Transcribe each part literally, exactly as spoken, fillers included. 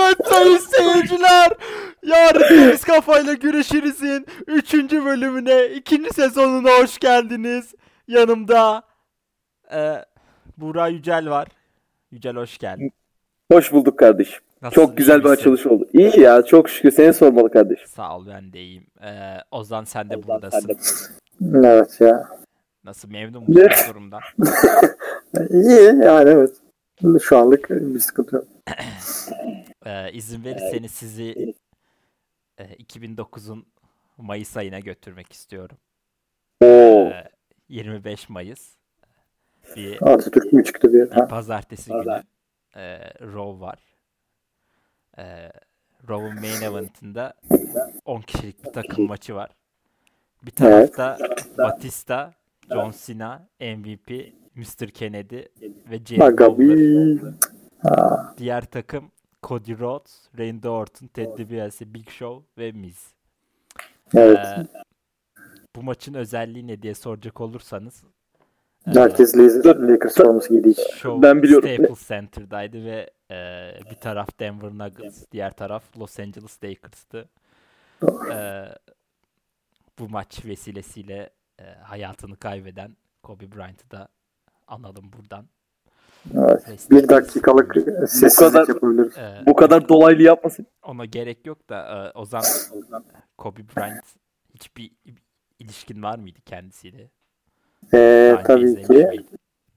Evet sayın seyirciler, Yarın Temiz Kafayla Güreşiriz'in üçüncü bölümüne, ikinci sezonuna hoş geldiniz. Yanımda e, Buğra Yücel var. Yücel hoş geldin. Hoş bulduk kardeşim. Nasılsın, Çok güzel bir misin? açılış oldu. İyi ya, çok şükür, seni sormalı kardeşim. Sağ ol, ben de iyiyim. E, Ozan sen de buradasın. Evet ya. Nasıl, memnun musun bu durumdan? İyi yani, evet. Şu anlık bir sıkıntı yok. e, izin verirseniz sizi e, iki bin dokuzun Mayıs ayına götürmek istiyorum. Oo. E, yirmi beş Mayıs. Bir Atatürk mü çıktı bir? Ha. pazartesi günü e, Raw var. E, Raw'un main event'ında on kişilik bir takım maçı var. Bir tarafta Batista, John Cena, M V P, mister Kennedy ve Jerry Aga Lawler. bir. Ha. Diğer takım Cody Rhodes, Randy Orton, Ted DiBiase, Big Show ve Miz. Evet. E, bu maçın özelliği ne diye soracak olursanız, Herkes Laser Lakers forması giydiği için. Show Ben biliyorum. Staples Center'daydı ve e, bir taraf Denver Nuggets, diğer taraf Los Angeles Lakers'tı. E, bu maç vesilesiyle e, hayatını kaybeden Kobe Bryant'ı da analım buradan. Evet. Bir dakikalık sessizlik kadar, yapabiliriz. E, Bu kadar dolaylı yapmasın. Ona gerek yok da e, Ozan, Kobe Bryant hiçbir ilişkin var mıydı kendisiyle? Ee, tabii ki. Miydin?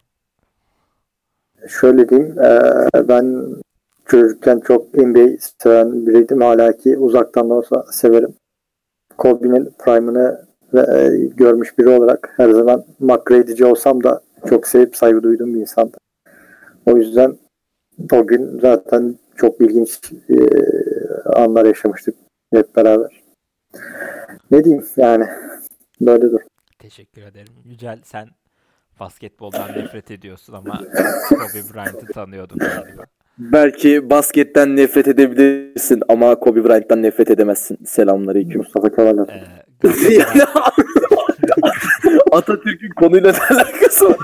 Şöyle diyeyim, e, ben çocukken çok N B A seven biriydim. Hala ki uzaktan da olsa severim. Kobe'nin prime'ını e, görmüş biri olarak her zaman McGrady'ci olsam da çok sevip saygı duyduğum bir insandı. O yüzden o gün zaten çok ilginç e, anlar yaşamıştık hep beraber. Ne diyeyim yani, böyledir. Teşekkür ederim. Yücel, sen basketboldan nefret ediyorsun ama Kobe Bryant'ı tanıyordun galiba. Belki basketten nefret edebilirsin ama Kobe Bryant'tan nefret edemezsin. Selamünaleyküm. Mustafa Kemal Ee, Atatürk'ün konuyla ne alakası var?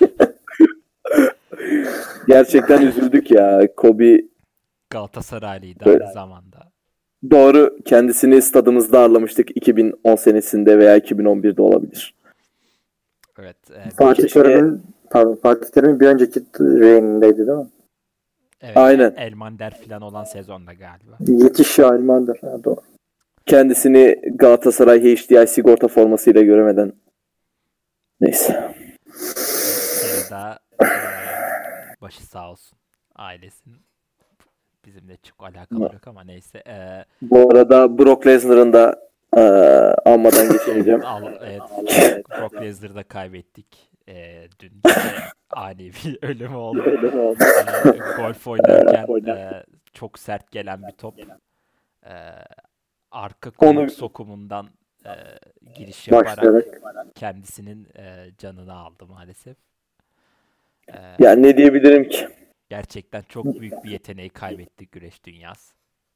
Gerçekten üzüldük ya. Kobe Galatasaraylıydı evet. Aynı zamanda. Doğru, kendisini stadımızda ağırlamıştık iki bin on senesinde veya iki bin on birde olabilir. Evet. E, Fatih Terim'in pardon Fatih Terim'in bir önceki reign'indeydi değil mi? Evet. Aynen. Elmander falan olan sezonda galiba. Yetiş ya Elmander. Ha, doğru. Kendisini Galatasaray H D I sigorta formasıyla göremeden neyse. Seni daha e, başı sağ olsun ailesinin. Bizimle çok alakalı yok ama neyse. E, Bu arada Brock Lesnar'ın da e, almadan geçemeyeceğim. Al, evet. Brock Lesnar'ı da kaybettik. E, dün işte ani bir ölüm oldu. e, golf oynarken e, çok sert gelen bir top e, arka koluk sokumundan e, giriş yaparak Başlayarak. kendisinin e, canını aldı maalesef. E, ya ne diyebilirim ki? Gerçekten çok büyük bir yeteneği kaybetti güreş dünyası.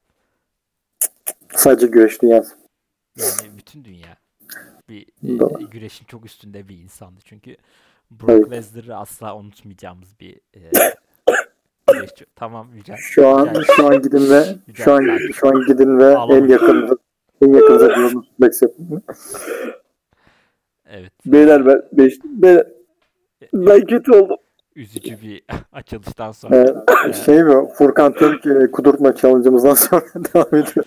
Sadece güreş dünyası. Yani bütün dünya. Bir e, güreşin çok üstünde bir insandı çünkü Brock evet. Lesnar'ı asla unutmayacağımız bir e, güreşçi. Tamam Yücel. Şu an Yücel. şu an gidin ve Yücel, şu an belki. şu an gidin ve Ağlamış. en yakın en yakınıza bir suplex yapın. Evet. Beyler ben beş, ben, ben kötü oldum. Üzücü bir açılıştan sonra. Ee, e, şey mi? Furkan Türk e, kudurtma challenge'ımızdan sonra devam ediyor.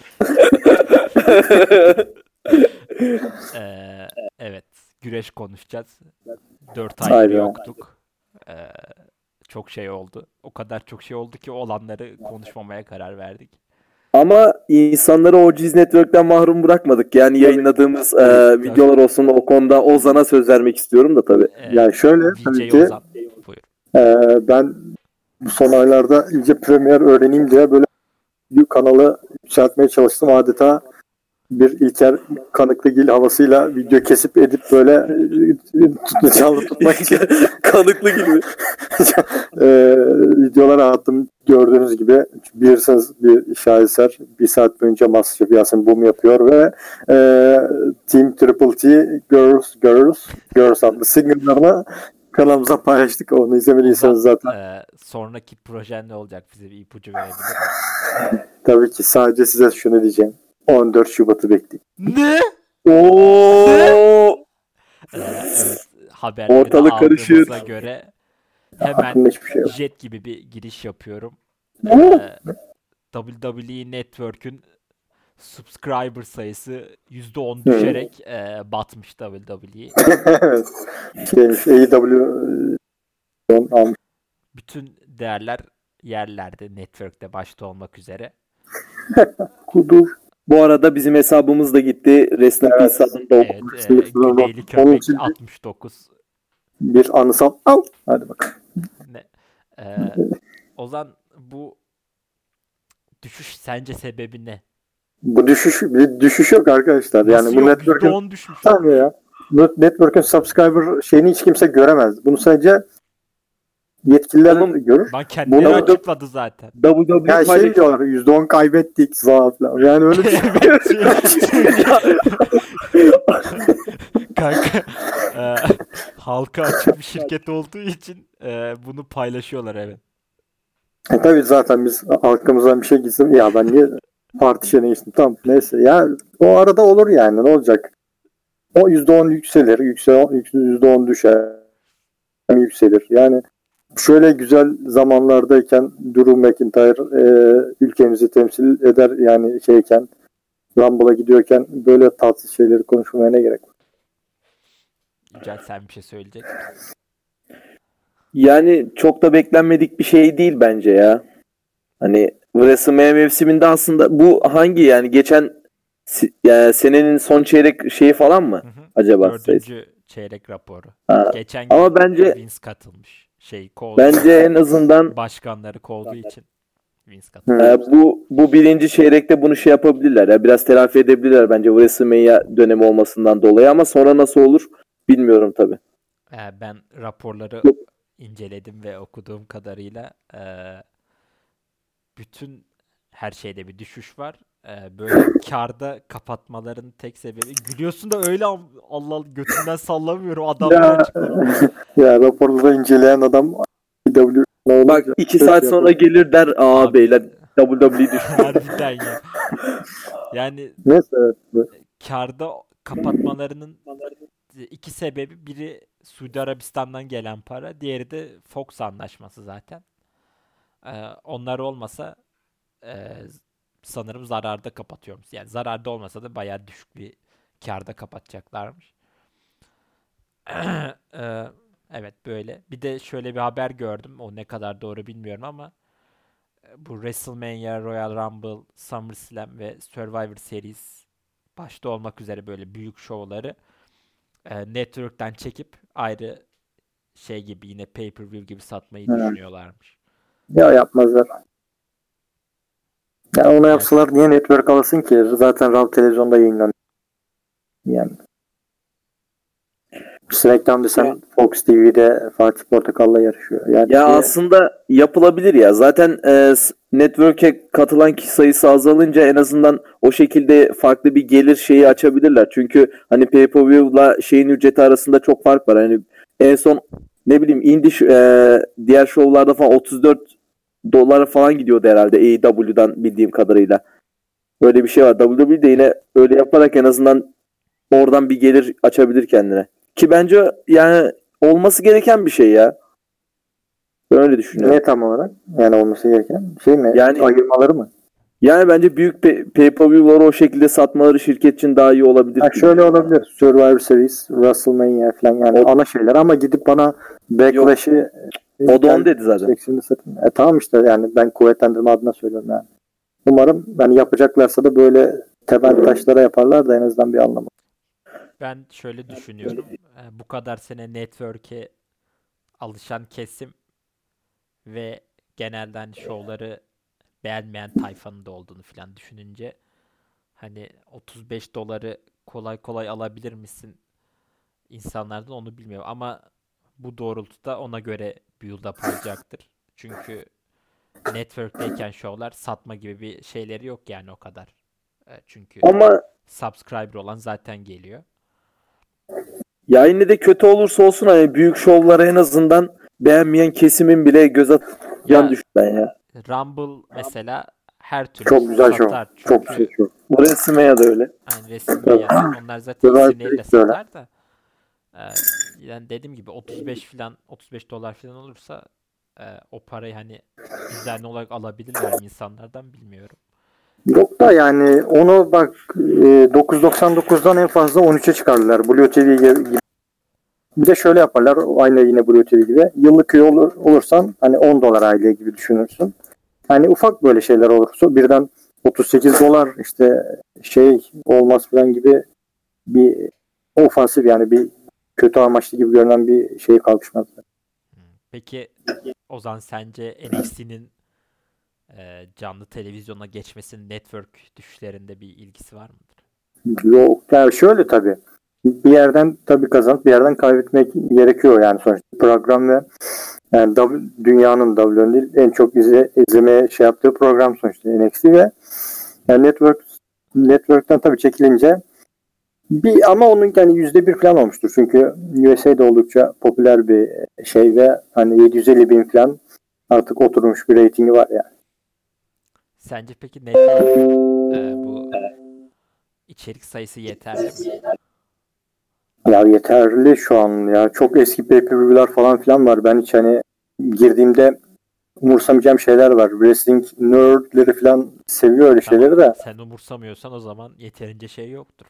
ee, evet. Güreş konuşacağız. Dört aydır yoktuk. Ee, çok şey oldu. O kadar çok şey oldu ki olanları konuşmamaya karar verdik. Ama insanları O G Z Network'ten mahrum bırakmadık. Yani yayınladığımız e, videolar olsun, o konuda Ozan'a söz vermek istiyorum da tabii. Ee, yani şöyle tabii ki e, ben bu son aylarda iyice Premier öğreneyim diye böyle kanalı yükseltmeye çalıştım. Adeta bir İlker Kanıklıgil havasıyla video kesip edip böyle canlı tutmak için Kanıklı gibi e, videolar attım. Gördüğünüz gibi bilirsiniz bir şaheser bir saat boyunca Masterchef Yasemin Boom yapıyor ve e, Team Triple T Girls Girls Girls adlı single'larına kanalımıza paylaştık. Onu izlemediyseniz zaten. E, sonraki projen ne olacak? Bize bir ipucu verebilir misin? Tabii ki sadece size şunu diyeceğim. on dört Şubat'ı bekleyin. Ne? Oo! Ee, evet, haberleri Ortalık aldığımıza karışır. göre hemen şey jet gibi bir giriş yapıyorum. Ee, W W E Network'ün subscriber sayısı yüzde on düşerek e, batmış W W E. Evet. Şeymiş, A E W almış. Bütün değerler yerlerde, network'te başta olmak üzere. Kudur. Bu arada bizim hesabımız da gitti. Wrestling evet. Peace adında evet, e, Güneyli Köpek altmış dokuz. Bir anısal. Al. Hadi bakalım. Ne? Ee, Ozan, bu düşüş sence sebebi ne? Bu düşüş bir düşüş yok arkadaşlar. Nasıl yani bu network'ün düşmüş. Tabii ya. Network'ün subscriber şeyini hiç kimse göremez. Bunu sadece yetkililer Oğlum, görür. Ben kendileri Bunu açıkladı zaten. W W E ya şey diyorlar yüzde on kaybettik zaaflar. Yani öyle bir şey. Kanka e, halka açık bir şirket olduğu için e, bunu paylaşıyorlar evet. E tabii zaten biz halkımızdan bir şey gitsin ya ben niye partişene geçtim tamam neyse ya o arada olur yani ne olacak? O yüzde on yükselir, yüksel yüzde on düşer, yükselir. Yani şöyle güzel zamanlardayken Drew McIntyre e, ülkemizi temsil eder yani şeyken Rumble'a gidiyorken böyle tatsız şeyleri konuşmaya ne gerek var? Yücel sen bir şey söyleyecek. Yani çok da beklenmedik bir şey değil bence ya. Hani WrestleMania mevsiminde aslında bu hangi yani geçen yani senenin son çeyrek şeyi falan mı hı hı. acaba? Dördüncü sayısı? Çeyrek raporu. Ha. Geçen Ama bence Vince katılmış. Şey, kovdu. Bence en azından başkanları kovduğu için Vince katılmış. E, bu bu birinci çeyrekte bunu şey yapabilirler ya biraz telafi edebilirler bence WrestleMania dönemi olmasından dolayı ama sonra nasıl olur bilmiyorum tabii. Ee, ben raporları inceledim ve okuduğum kadarıyla e, bütün her şeyde bir düşüş var. Ee, böyle karda kapatmaların tek sebebi gülüyorsun da öyle Allah Allah götünden sallamıyorum adamlar açıklıyor. Ya raporları inceleyen adam W Bak iki saat sonra yapalım. Gelir der aa Abi, beyler W W E düştü. Harbiden ya. Yani neyse karda kapatmalarının iki sebebi biri Suudi Arabistan'dan gelen para, diğeri de Fox anlaşması zaten. Ee, onlar olmasa e, sanırım zararda kapatıyormuş. Yani zararda olmasa da bayağı düşük bir karda kapatacaklarmış. ee, evet böyle. Bir de şöyle bir haber gördüm. O ne kadar doğru bilmiyorum ama bu WrestleMania, Royal Rumble, SummerSlam ve Survivor Series başta olmak üzere böyle büyük şovları e, network'ten çekip ayrı şey gibi yine pay-per-view gibi satmayı Hı. düşünüyorlarmış. Ya yapmazlar. Ya onu yapsalar niye network alasın ki? Zaten Raw televizyonda yayınlanıyor. Yani. SmackDown'da sen ya. Fox T V'de Fatih Portakal'la yarışıyor. Yani ya şey... aslında yapılabilir ya. Zaten e, network'e katılan kişi sayısı azalınca en azından o şekilde farklı bir gelir şeyi açabilirler. Çünkü hani pay-per-view'la şeyin ücreti arasında çok fark var. Hani en son ne bileyim indie e, diğer şovlarda falan otuz dört dolara falan gidiyordu herhalde A E W'dan bildiğim kadarıyla. Böyle bir şey var. W W E de yine öyle yaparak en azından oradan bir gelir açabilir kendine. Ki bence yani olması gereken bir şey ya. Ben öyle düşünüyorum. Ne tam olarak? Yani olması gereken şey mi? Yani ayırmaları mı? Yani bence büyük pay-per-view'ları o şekilde satmaları şirket için daha iyi olabilir. Ha, şöyle olabilir. Survivor Series, WrestleMania falan yani o, ana şeyler ama gidip bana Backlash'ı o da on dedi zaten. E tamam işte yani ben kuvvetlendirme adına söylüyorum yani. Umarım yani yapacaklarsa da böyle temel taşlara yaparlar da en azından bir anlamı. Ben şöyle düşünüyorum. Bu kadar sene network'e alışan kesim ve genelden hani şovları beğenmeyen tayfanın da olduğunu falan düşününce hani otuz beş doları kolay kolay alabilir misin insanlardan onu bilmiyorum ama bu doğrultuda ona göre build-up olacaktır. Çünkü network'teyken şovlar satma gibi bir şeyleri yok yani o kadar. Çünkü ama subscriber olan zaten geliyor. Ya yine de kötü olursa olsun hani büyük şovlara en azından beğenmeyen kesimin bile göz at yan düştü ben ya. Rumble mesela her türlü çok güzel satar. Show. Çok güzel show. Bu WrestleMania da öyle. Aynen WrestleMania. Onlar zaten sinirle satar da. Ee, yani dediğim gibi otuz beş falan otuz beş dolar falan olursa e, o parayı hani düzenli olarak alabilirler insanlardan bilmiyorum. Yok da yani onu bak e, dokuz doksan dokuzdan en fazla on üçe çıkardılar. Blue T V gibi. Bir de şöyle yaparlar. Aynı yine Blue T V gibi. Yıllık üye olur, olursan hani on dolar aile gibi düşünürsün. Hani ufak böyle şeyler olursa birden otuz sekiz dolar işte şey olmaz falan gibi bir ofansif yani bir kötü amaçlı gibi görünen bir şey kalkışmaz. Peki Ozan sence N X T'nin e, canlı televizyona geçmesinin network düşüşlerinde bir ilgisi var mıdır? Yok. Yani şöyle tabii. Bir yerden tabii kazanıp bir yerden kaybetmek gerekiyor yani sonuçta. Program ve yani w, dünyanın W N değil en çok izle, izlemeye şey yaptığı program sonuçta N X T ve yani network network'ten tabii çekilince bir ama onun yani yüzde bir falan olmuştur. Çünkü U S A'de oldukça popüler bir şey ve hani yedi yüz elli bin falan artık oturmuş bir reytingi var yani. Sence peki network e, bu içerik sayısı yeterli mi? Ya yeterli şu an ya. Çok eski pay-per-view'lar falan filan var. Ben hiç hani girdiğimde umursamayacağım şeyler var. Wrestling nerdleri falan seviyor öyle tamam, şeyleri de. Sen umursamıyorsan o zaman yeterince şey yoktur.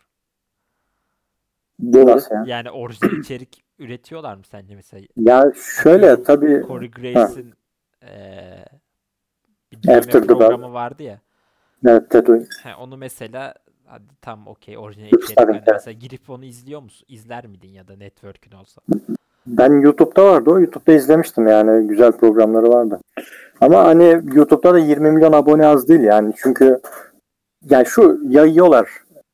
Doğru. Yani? yani orijinal içerik üretiyorlar mı sence mesela? Ya şöyle Atıyorum, tabii. Corey Grace'in ee, bir After programı vardı ya. Evet, Tatooine. He, onu mesela hadi tam okey orijinal içerik. Hani mesela girip onu izliyor musun? İzler miydin ya da network'ün olsa? Ben YouTube'da vardı o. YouTube'da izlemiştim yani. Güzel programları vardı. Ama hani YouTube'da da yirmi milyon abone az değil yani. Çünkü yani şu yayıyorlar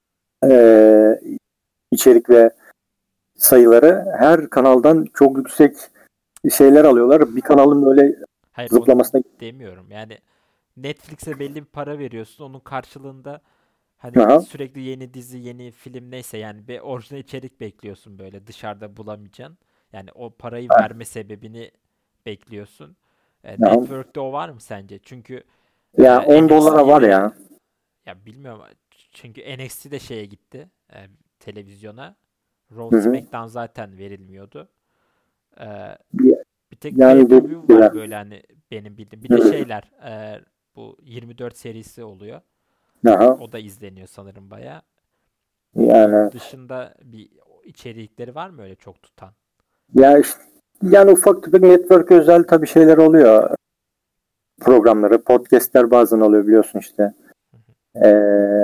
ee, içerik ve sayıları. Her kanaldan çok yüksek şeyler alıyorlar. Bir kanalın böyle Hayır, zıplamasına demiyorum. Yani Netflix'e belli bir para veriyorsun. Onun karşılığında hani Aha. sürekli yeni dizi, yeni film neyse yani bir orijinal içerik bekliyorsun böyle dışarıda bulamayacaksın. Yani o parayı Ha. verme sebebini bekliyorsun. E, Network'te o var mı sence? Çünkü ya e, on dolara var ya. Ya bilmiyorum. Çünkü N X T de şeye gitti. E, televizyona. Raw, SmackDown zaten verilmiyordu. E, bir tek yani pay-per-view var böyle hani benim bildiğim. Bir de şeyler e, bu yirmi dört serisi oluyor. Aha. O da izleniyor sanırım bayağı. Yani dışında bir içerikleri var mı öyle çok tutan? Ya işte, yani ufak tefek network özel tabii şeyler oluyor. Programları, podcastler bazen oluyor biliyorsun işte. Ee,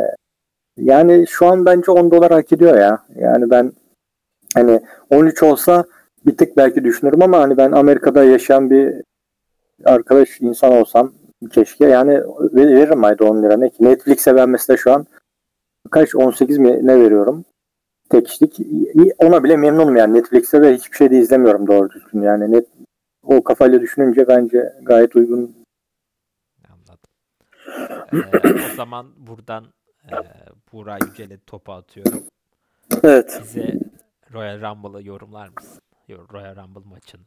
yani şu an bence on dolar hak ediyor ya. Yani ben hani on üç olsa bir tık belki düşünürüm ama hani ben Amerika'da yaşayan bir arkadaş insan olsam keşke yani veririm ayda on lira ne ki. Netflix'e ben mesela şu an kaç on sekiz mi ne veriyorum? Tek kişilik. Ona bile memnunum yani Netflix'te ve hiçbir şey de izlemiyorum doğru düzgün. Yani net, o kafayla düşününce bence gayet uygun. Anladım. Ee, o zaman buradan e, Buğra Yücel'e topu atıyorum. Evet. Bize Royal Rumble'ı yorumlar mısın? Royal Rumble maçını.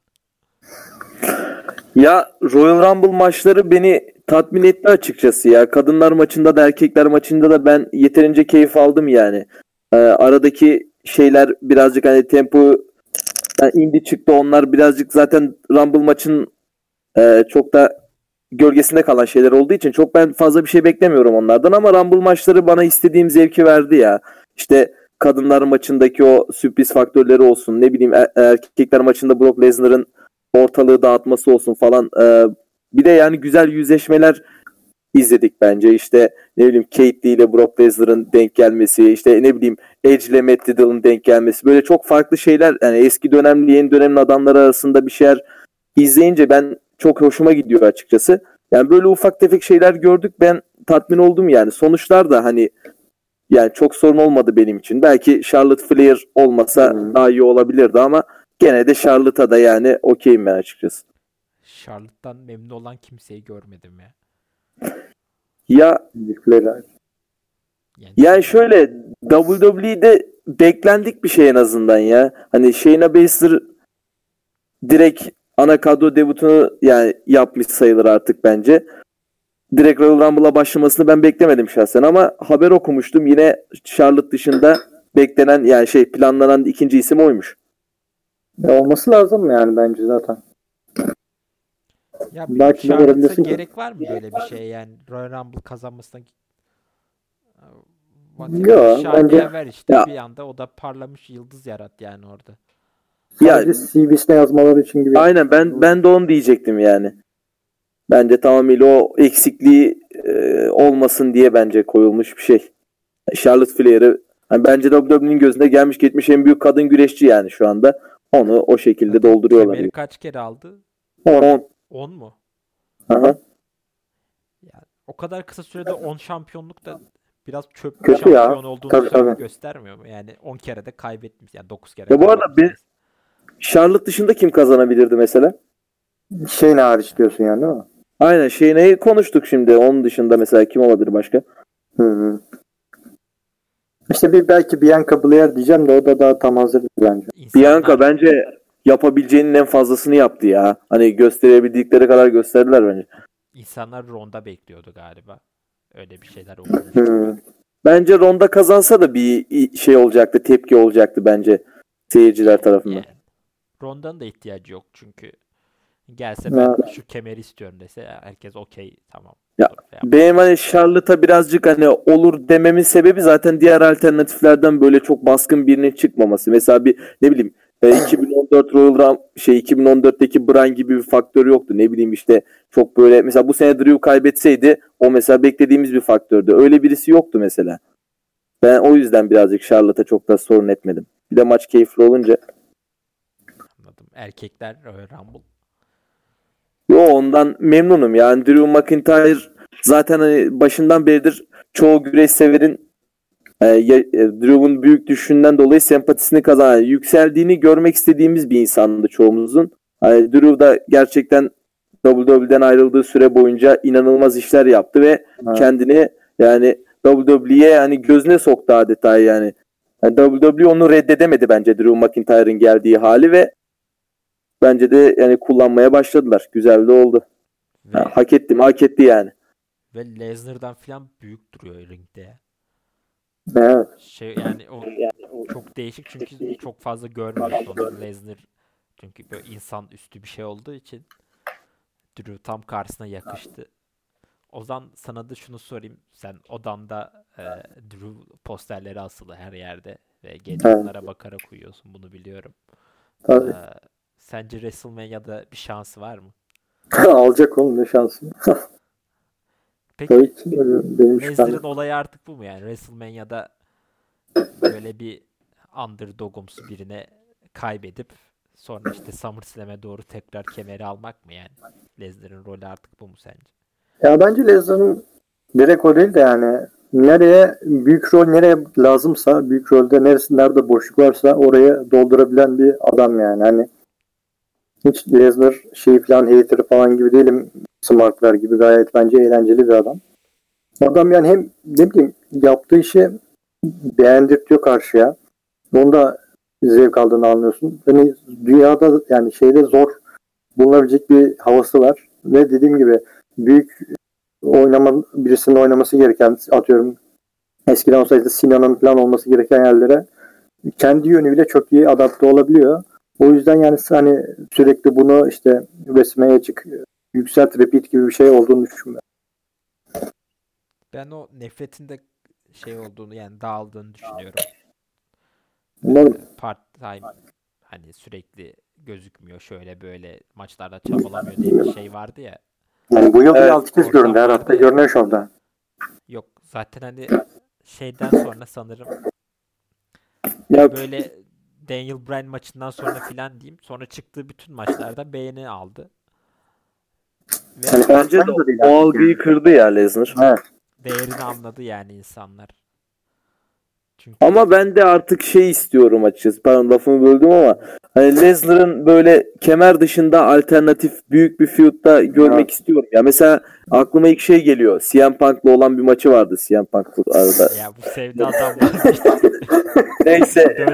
Ya Royal Rumble maçları beni tatmin etti açıkçası ya. Kadınlar maçında da erkekler maçında da ben yeterince keyif aldım yani. Ee, aradaki şeyler birazcık hani tempo yani indi çıktı, onlar birazcık zaten Rumble maçın e, çok da gölgesinde kalan şeyler olduğu için çok ben fazla bir şey beklemiyorum onlardan ama Rumble maçları bana istediğim zevki verdi ya. İşte kadınlar maçındaki o sürpriz faktörleri olsun, ne bileyim er- erkekler maçında Brock Lesnar'ın ortalığı dağıtması olsun falan. Ee, bir de yani güzel yüzleşmeler izledik bence. İşte ne bileyim Kate Lee ile Brock Lesnar'ın denk gelmesi, işte ne bileyim Edge ile Matt Riddle'ın denk gelmesi. Böyle çok farklı şeyler. Yani eski dönemli yeni dönemin adamları arasında bir şeyler izleyince ben çok hoşuma gidiyor açıkçası. Yani böyle ufak tefek şeyler gördük. Ben tatmin oldum yani. Sonuçlar da hani yani çok sorun olmadı benim için. Belki Charlotte Flair olmasa hmm. daha iyi olabilirdi ama gene de Charlotte'a da yani okeyim ben açıkçası. Charlotte'tan memnun olan kimseyi görmedim ya. Ya yani, yani şöyle W W E'de beklendik bir şey en azından ya. Hani Shayna Baszler direkt ana kadro debutunu yani yapmış sayılır artık bence. direkt Royal Rumble'a başlamasını ben beklemedim şahsen ama haber okumuştum. Yine Charlotte dışında beklenen yani şey planlanan ikinci isim oymuş. E olması lazım yani bence zaten. Ya belki Charlotte'a gerek var mı böyle bir şey yani Royal Rumble kazanmasına? Yok bence ver işte ya. Bir anda o da parlamış yıldız yarattı yani orada. Sadece C V'sine yazmaları için gibi. Aynen ben ben de onu diyecektim yani. Bence tamamıyla o eksikliği e, olmasın diye bence koyulmuş bir şey. Charlotte Flair'ı yani bence W W E'nin gözünde gelmiş geçmiş en büyük kadın güreşçi yani şu anda. Onu o şekilde evet, dolduruyorlar. Kemeri kaç kere aldı? on. on mu? Aha. Yani o kadar kısa sürede on şampiyonluk da biraz çöp bir şampiyon ya. olduğunu tabii, tabii. göstermiyor mu? Yani on kere de kaybetmiş. Yani dokuz kere. Ya bu arada bir Charlotte dışında kim kazanabilirdi mesela? Shayna hariç diyorsun yani değil mi? Aynen Shayna'yı konuştuk şimdi. Onun dışında mesela kim olabilir başka? Hı hı. İşte bir belki Bianca Belair diyeceğim de o da daha tam hazır bence. İnsanlar... Bianca bence yapabileceğinin en fazlasını yaptı ya. Hani gösterebildikleri kadar gösterdiler bence. İnsanlar Ronda bekliyordu galiba. Öyle bir şeyler olmuş. Bence Ronda kazansa da bir şey olacaktı, tepki olacaktı bence seyirciler tarafından. Yani, Ronda'nın da ihtiyacı yok çünkü gelse ben ya. Şu kemeri istiyorum dese herkes okey tamam. Ya, benim hani Charlotte'a birazcık hani olur dememin sebebi zaten diğer alternatiflerden böyle çok baskın birinin çıkmaması. Mesela bir ne bileyim iki bin on dört Royal Rumble şey iki bin on dörtteki Bryan gibi bir faktör yoktu. Ne bileyim işte çok böyle mesela bu sene Drew kaybetseydi o mesela beklediğimiz bir faktördü. Öyle birisi yoktu mesela. Ben o yüzden birazcık Charlotte'a çok da sorun etmedim. Bir de maç keyifli olunca. Anladım. Erkekler Royal Rumble. Yo ondan memnunum. Yani Drew McIntyre zaten hani başından beridir çoğu güreş severin e, Drew'un büyük düşüşünden dolayı sempatisini kazanan, yani yükseldiğini görmek istediğimiz bir insandı çoğumuzun. Yani Drew da gerçekten W W E'den ayrıldığı süre boyunca inanılmaz işler yaptı ve ha. kendini yani W W E'ye hani gözüne soktu adeta yani. yani. W W E onu reddedemedi bence Drew McIntyre'ın geldiği hali ve bence de yani kullanmaya başladılar. Güzel de oldu. Ve, ha, hak etti mi? Hak etti yani. Ve Lesnar'dan falan büyük duruyor ringde. Evet. Şey yani o, yani o çok değişik çünkü çok fazla görmüyoruz onu Lesnar. Çünkü böyle insan üstü bir şey olduğu için Drew tam karşısına yakıştı. O zaman sana da şunu sorayım. Sen odanda e, Drew posterleri asılı her yerde ve gece onlara bakarak uyuyorsun. Bunu biliyorum. Tabii. E, sence WrestleMania'da bir şansı var mı? Alacak oğlum ne şansı. Peki Lesnar'ın olayı artık bu mu yani? WrestleMania'da böyle bir underdogumsu birine kaybedip sonra işte SummerSlam'e doğru tekrar kemeri almak mı yani? Lesnar'ın rolü artık bu mu sence? Ya bence Lesnar'ın direkt o değil de yani nereye büyük rol nereye lazımsa büyük rolde neresi nerede boşluk varsa oraya doldurabilen bir adam yani. Hani hiç Lesnar şey falan hater falan gibi değilim. Smartlar gibi gayet bence eğlenceli bir adam. Adam yani hem ne bileyim yaptığı işi beğendirtiyor karşıya. Onu da zevk aldığını anlıyorsun. Hani dünyada yani şeyde zor bulunabilecek bir havası var. Ve dediğim gibi büyük oynama birisinin oynaması gereken atıyorum eskiden olsaydı Sinan'ın falan olması gereken yerlere kendi yönüyle çok iyi adapte olabiliyor. O yüzden yani hani sürekli bunu işte resmeye çık yükselt repeat gibi bir şey olduğunu düşünmüyorum. Ben o nefretinde şey olduğunu yani dağıldığını düşünüyorum. Umarım. Part time hani sürekli gözükmüyor şöyle böyle maçlarda çabalamıyor diye bir şey vardı ya. Yani bu yıl evet, altı kez göründü her hafta görünüyor şovda. Yok zaten hani şeyden sonra sanırım ya böyle Daniel Bryan maçından sonra filan diyeyim. Sonra çıktığı bütün maçlarda beğeni aldı. Ve yani bence de o algıyı kırdı ya Lesnar. Evet. Değerini anladı yani insanlar. Çünkü... Ama ben de artık şey istiyorum açıkçası. Pardon lafımı böldüm ama hani Lesnar'ın böyle kemer dışında alternatif büyük bir feud'da görmek evet. istiyorum. Ya mesela aklıma ilk şey geliyor. C M Punk'la olan bir maçı vardı C M Punk arada. Ya bu sevdi adam var. Neyse. dön,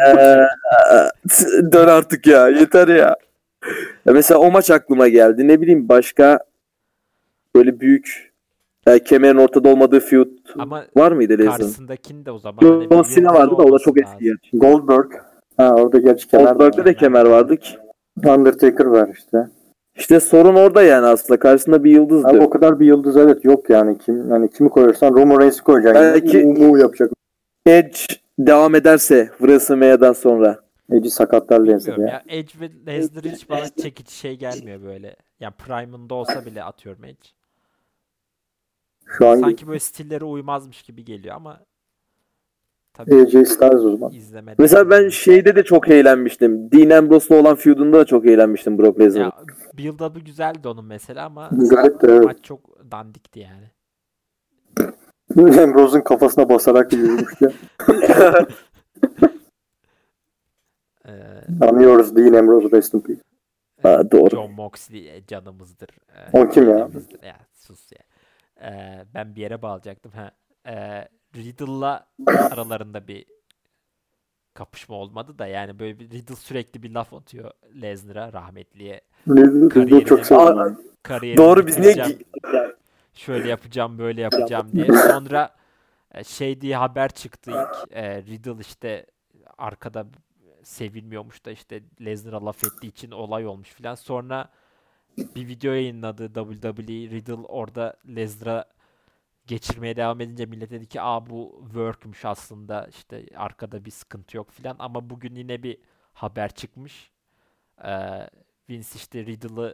ee, dön artık ya. Yeter ya. ya. Mesela o maç aklıma geldi. Ne bileyim başka böyle büyük e, kemerin ortada olmadığı feud ama var mıydı Lesnar'ın? Karşısındakinde de o zaman. John hani Cena vardı da o da çok eski gerçi. Goldberg. Ha, orada gerçi kemer Goldberg'de de kemer vardı ki. Undertaker var işte. İşte sorun orada yani aslında. Karşısında bir yıldızdı. Abi o kadar bir yıldız evet yok yani. Kim hani kimi koyarsan Roman Reigns'i koyacaksın. Belki yani, yapacak. Edge devam ederse WrestleMania'dan sonra. Edge'i sakatlar Lesnar ya. ya. Edge ve Lesnar hiç bana çekici şey gelmiyor böyle. Yani Prime'ında olsa bile atıyorum Edge. Şu an sanki böyle stillere uymazmış gibi geliyor ama tabii A J Styles o zaman. Mesela ben şeyde de çok eğlenmiştim. Dean Ambrose'la olan feud'unda da çok eğlenmiştim Brock Lesnar'ın. Build-up'ı güzeldi onun mesela ama garip de, evet. Maç çok dandikti yani. Ambrose'un kafasına basarak yürümüştü. ee, Anlıyoruz Dean Ambrose rest in peace. Ha, doğru. John Moxley canımızdır. Ee, o kim ya? ya? Sus ya. Ee, ben bir yere bağlayacaktım. Ha. Ee, Riddle'la aralarında bir kapışma olmadı da yani böyle bir Riddle sürekli bir laf atıyor Lesnar'a, rahmetliye. Riddle çok seviyorum. Doğru biz niye şöyle yapacağım böyle yapacağım diye. Sonra şey diye haber çıktı ilk. E, Riddle işte arkada sevilmiyormuş da işte Lesnar'a laf ettiği için olay olmuş filan. Sonra bir video yayınladı W W E. Riddle orada Lesnar'a geçirmeye devam edince millet dedi ki aa bu work'müş aslında işte arkada bir sıkıntı yok filan ama bugün yine bir haber çıkmış. Ee, Vince işte Riddle'ı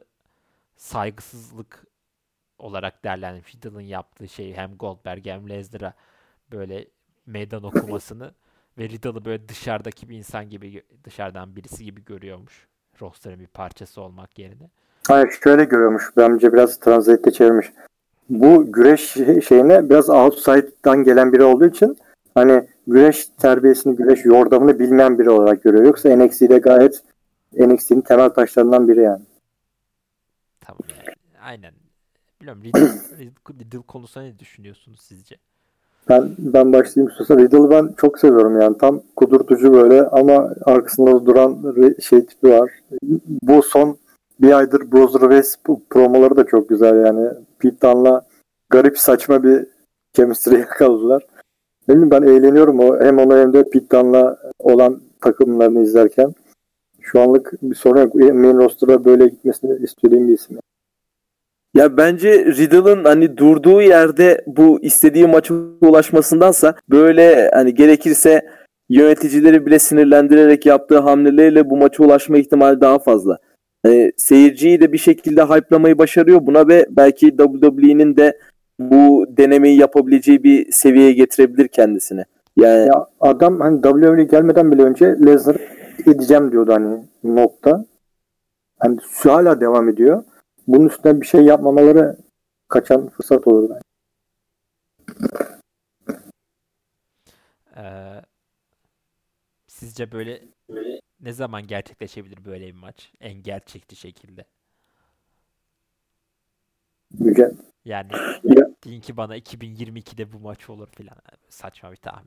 saygısızlık olarak değerlendirmiş. Riddle'ın yaptığı şey hem Goldberg hem Lesnar'a böyle meydan okumasını ve Riddle'ı böyle dışarıdaki bir insan gibi dışarıdan birisi gibi görüyormuş. Roster'ın bir parçası olmak yerine. Hayır şöyle görüyormuş. Bence biraz translate'de çevirmiş. Bu güreş şeyine biraz outside'dan gelen biri olduğu için hani güreş terbiyesini, güreş yordamını bilmeyen biri olarak görüyor. Yoksa N X T'de gayet N X T'nin temel taşlarından biri yani. Tamam yani. Aynen. Bilmiyorum. Riddle, Riddle, Riddle konusunda ne düşünüyorsunuz sizce? Ben ben başlayayım istiyorsan. Riddle'ı ben çok seviyorum yani. Tam kudurtucu böyle ama arkasında duran şey tipi var. Bu son bir aydır Brothers promoları da çok güzel yani. Pete Dunne'la garip saçma bir chemistry yakaladılar. Benim ben eğleniyorum o hem onu hem de Pete Dunne'la olan takımlarını izlerken. Şu anlık bir sorun yok. Main roster'a böyle gitmesini istediğim bir isim. Ya bence Riddle'ın hani durduğu yerde bu istediği maça ulaşmasındansa böyle hani gerekirse yöneticileri bile sinirlendirerek yaptığı hamleleriyle bu maça ulaşma ihtimali daha fazla. Hani seyirciyi de bir şekilde hype'lamayı başarıyor buna ve belki W W E'nin de bu denemeyi yapabileceği bir seviyeye getirebilir kendisini. Yani ya adam hani W W E gelmeden bile önce Lesnar edeceğim diyordu hani nokta. Hani hala devam ediyor. Bunun üstüne bir şey yapmamaları kaçan fırsat olur bence. Ee, sizce böyle ne zaman gerçekleşebilir böyle bir maç? En gerçekçi şekilde. Güzel. Yani deyin ki bana iki bin yirmi ikide bu maç olur filan. Saçma bir tahmin.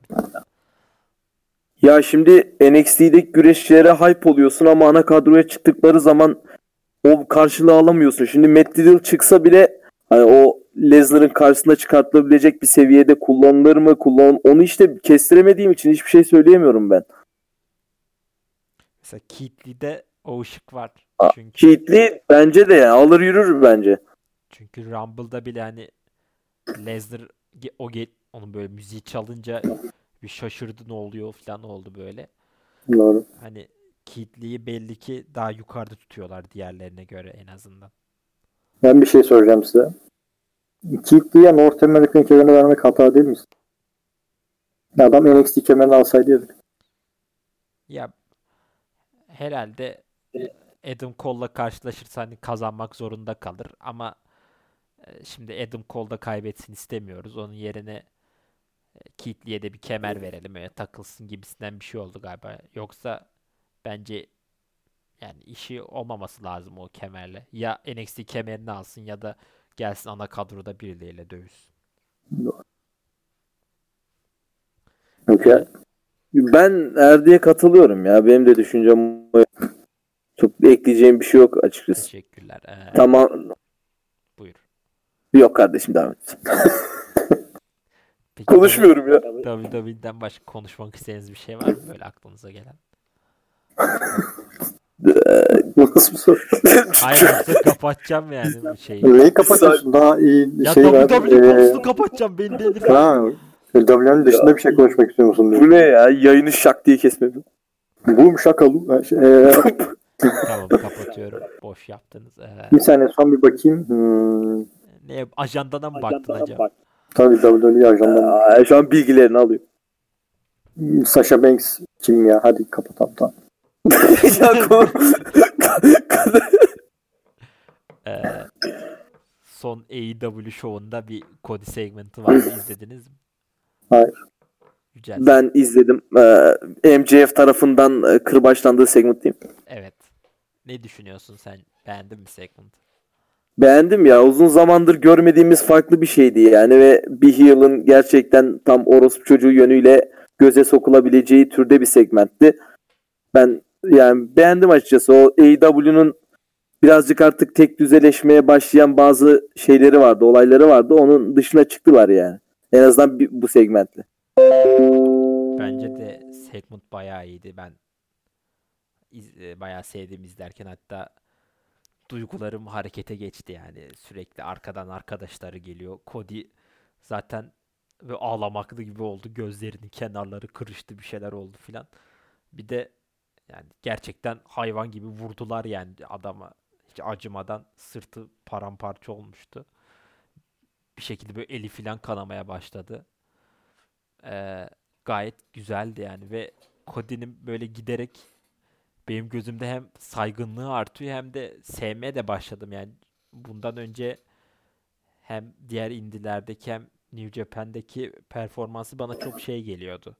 Ya şimdi N X T'deki güreşçilere hype oluyorsun ama ana kadroya çıktıkları zaman o karşılığı alamıyorsun. Şimdi Matt Riddle çıksa bile hani o Lesnar'ın karşısında çıkartılabilecek bir seviyede kullanılır mı? Kullan onu işte kestiremediğim için hiçbir şey söyleyemiyorum ben. Mesela Keith Lee'de o ışık var. Çünkü Keith Lee bence de yani alır yürür bence. Çünkü Rumble'da bile hani Lesnar o onun böyle müziği çalınca bir şaşırdı ne oluyor falan oldu böyle. Doğru. Hani Keith Lee'yi belli ki daha yukarıda tutuyorlar diğerlerine göre en azından. Ben bir şey soracağım size. Keith Lee'ye North American kemerini vermek hata değil mi? Adam N X T kemerini alsaydı yedik. Ya herhalde Adam Cole'la karşılaşırsa hani kazanmak zorunda kalır ama şimdi Adam Cole'da kaybetsin istemiyoruz. Onun yerine Keith Lee'ye de bir kemer verelim öyle takılsın gibisinden bir şey oldu galiba. Yoksa bence yani işi olmaması lazım o kemerle. Ya N X T kemerini alsın ya da gelsin ana kadroda birileriyle dövüşsün. Okay. Ben Erdi'ye katılıyorum ya. Benim de düşüncem çok ekleyeceğim bir şey yok açıkçası. Teşekkürler. Ee, tamam. Buyur. Yok kardeşim, devam et. Peki, konuşmuyorum ya. W W E'den başka konuşmak istediğiniz bir şey var mı böyle aklınıza gelen? Nasıl bir soru? Hayır, yoksa kapatacağım yani bu şeyi. Neyi kapatıyorsun? Daha iyi ya şey var. Ya W W E konusunu kapatacağım, beni delirtme. Ha, W W E'nin dışında ya, bir şey konuşmak istiyor musun? Bu ne ya? Yayını şak diye kesmedim. Bu şakalı. Ee... Tamam, kapatıyorum. Boş yaptınız. Ee... Bir saniye son bir bakayım. Hmm. Ne, ajandana mı baktın acaba? Tabii W W E ajandan. Aa, şu an bilgilerini alıyor. Sasha Banks kim ya? Hadi kapatalım tamam. ee, son A E W şovunda bir Cody segmenti var. İzlediniz mi? Hayır. Yücel. Ben izledim. Ee, M J F tarafından e, kırbaçlandığı segment diyeyim. Evet. Ne düşünüyorsun sen? Beğendin mi segment? Beğendim ya. Uzun zamandır görmediğimiz farklı bir şeydi yani ve bir heel'ın gerçekten tam orospu çocuğu yönüyle göze sokulabileceği türde bir segmentti. Ben yani beğendim açıkçası. O A E W'nun birazcık artık tek düzeleşmeye başlayan bazı şeyleri vardı, olayları vardı. Onun dışına çıktılar yani. En azından bir, bu segmentle. Bence de segment bayağı iyiydi. Ben iz, bayağı sevdim izlerken, hatta duygularım harekete geçti yani. Sürekli arkadan arkadaşları geliyor. Cody zaten ve ağlamaklı gibi oldu. Gözlerinin kenarları kırıştı, bir şeyler oldu filan. Bir de yani gerçekten hayvan gibi vurdular yani adama. Hiç acımadan sırtı paramparça olmuştu. Bir şekilde böyle eli filan kanamaya başladı. Ee, gayet güzeldi yani ve Cody'nin böyle giderek benim gözümde hem saygınlığı artıyor hem de sevmeye de başladım yani. Bundan önce hem diğer indilerdeki hem New Japan'daki performansı bana çok şey geliyordu.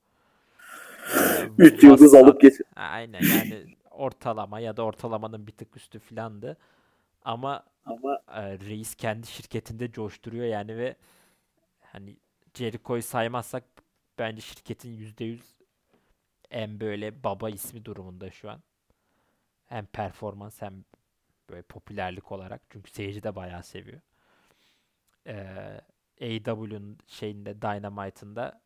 Üç yıldız alıp geç. Aynen yani ortalama ya da ortalamanın bir tık üstü filandı. Ama ama e, reis kendi şirketinde coşturuyor yani ve hani Jericho'yu saymazsak bence şirketin yüzde yüz en böyle baba ismi durumunda şu an. Hem performans hem böyle popülerlik olarak. Çünkü seyirci de bayağı seviyor. Ee, A E W'nun şeyinde, Dynamite'ında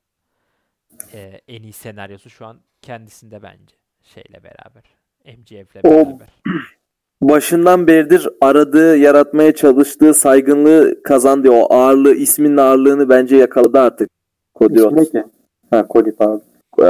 e, en iyi senaryosu şu an kendisinde bence. Şeyle beraber. M J F'le beraber. Başından beridir aradığı, yaratmaya çalıştığı saygınlığı kazandı. O ağırlığı, isminin ağırlığını bence yakaladı artık. Cody Rhodes. Ha, Cody pardon.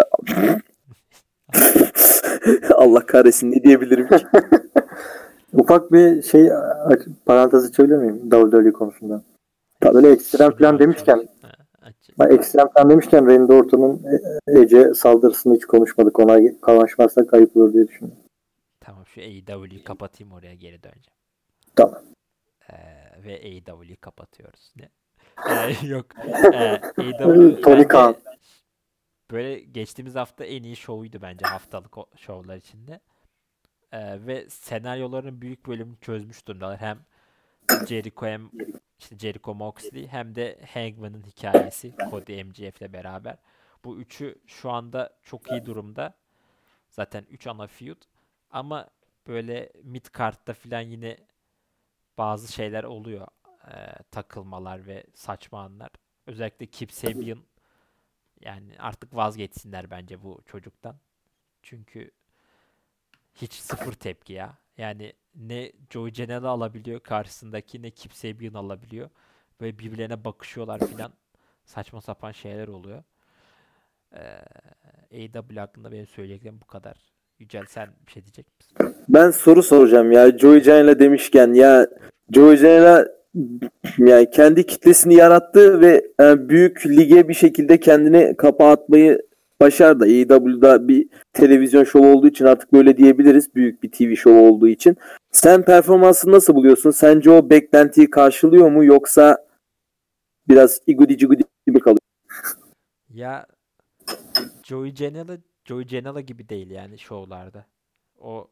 Allah kahretsin, ne diyebilirim ki? Ufak bir şey parantez açabilir miyim W W E konusunda? Böyle ekstrem falan demişken ben ekstrem falan demişken Randy Orton'un Ece saldırısını hiç konuşmadık. Ona kavuşmazsak ayıp olur diye düşünüyorum. Tamam, şu A E W'yi kapatayım, oraya geri döneceğim. Tamam. Ee, ve A E W'yi kapatıyoruz. Ne? Ee, yok. Ee, A E W Tony Khan. Böyle geçtiğimiz hafta en iyi şovuydu bence haftalık şovlar içinde. Ee, ve senaryoların büyük bölümünü çözmüş durumdalar. Hem Jericho hem işte Jericho Moxley hem de Hangman'ın hikayesi Cody M J F'le beraber. Bu üçü şu anda çok iyi durumda. Zaten üç ana feud. Ama böyle mid card'da filan yine bazı şeyler oluyor. Ee, takılmalar ve saçma anlar. Özellikle Kip Sabian, yani artık vazgeçsinler bence bu çocuktan. Çünkü hiç sıfır tepki ya. Yani ne Joey Janela alabiliyor karşısındaki, ne Kip Sabian alabiliyor. Böyle birbirlerine bakışıyorlar filan. Saçma sapan şeyler oluyor. Ee, A E W hakkında benim söyleyeceklerim bu kadar. Yücel, sen bir şey diyecek misin? Ben soru soracağım ya. Joey Janela demişken, ya Joey Janela yani kendi kitlesini yarattı ve yani büyük lige bir şekilde kendini kapağı atmayı başardı. A E W'da bir televizyon şovu olduğu için artık böyle diyebiliriz. Büyük bir T V şovu olduğu için. Sen performansını nasıl buluyorsun? Sence o beklentiyi karşılıyor mu, yoksa biraz igudi cigudi mi kalıyor? Ya Joey Janela Joey Janela gibi değil yani şovlarda. O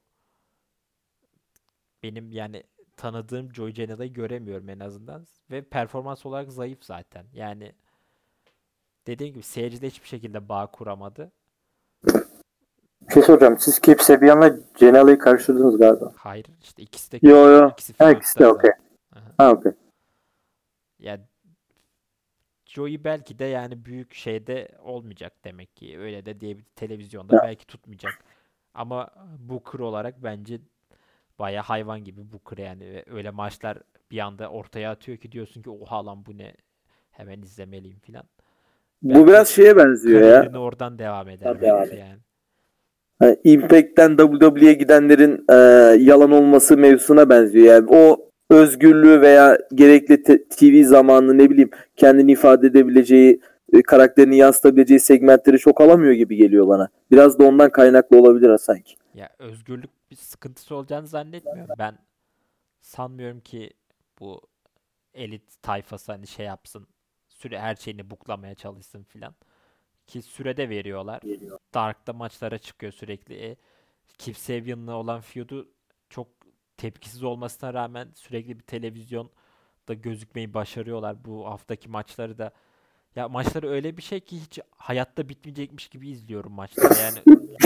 benim yani tanıdığım Joey Janela'yı göremiyorum en azından. Ve performans olarak zayıf zaten. Yani dediğim gibi seyirciyle hiçbir şekilde bağ kuramadı. Bir şey soracağım. Siz Kip Sabian'la Janela'yı karıştırdınız galiba. Hayır. İşte ikisi de Yo yo. İkisi, ha, ikisi de okey. Ha okey. Ya Joey belki de yani büyük şeyde olmayacak demek ki. Öyle de diye televizyonda Ya. belki tutmayacak. Ama Booker olarak bence baya hayvan gibi Booker yani. Ve öyle maçlar bir anda ortaya atıyor ki diyorsun ki oha lan bu ne? Hemen izlemeliyim filan. Bu biraz şeye benziyor ya. Kariyerini oradan devam eder belki yani. Yani Impact'ten W W E'ye gidenlerin e, yalan olması mevzusuna benziyor. Yani o özgürlüğü veya gerekli te- T V zamanını ne bileyim kendini ifade edebileceği, e, karakterini yansıtabileceği segmentleri çok alamıyor gibi geliyor bana. Biraz da ondan kaynaklı olabilir ha sanki. Ya özgürlük bir sıkıntısı olacağını zannetmiyorum. Ben sanmıyorum ki bu elit tayfası hani şey yapsın. Süre her şeyini buklamaya çalışsın filan. Ki sürede veriyorlar. Dark'ta maçlara çıkıyor sürekli. E, Kip Sabian'la olan feud'u çok tepkisiz olmasına rağmen sürekli bir televizyonda gözükmeyi başarıyorlar. Bu haftaki maçları da ya maçları öyle bir şey ki hiç hayatta bitmeyecekmiş gibi izliyorum maçları. Yani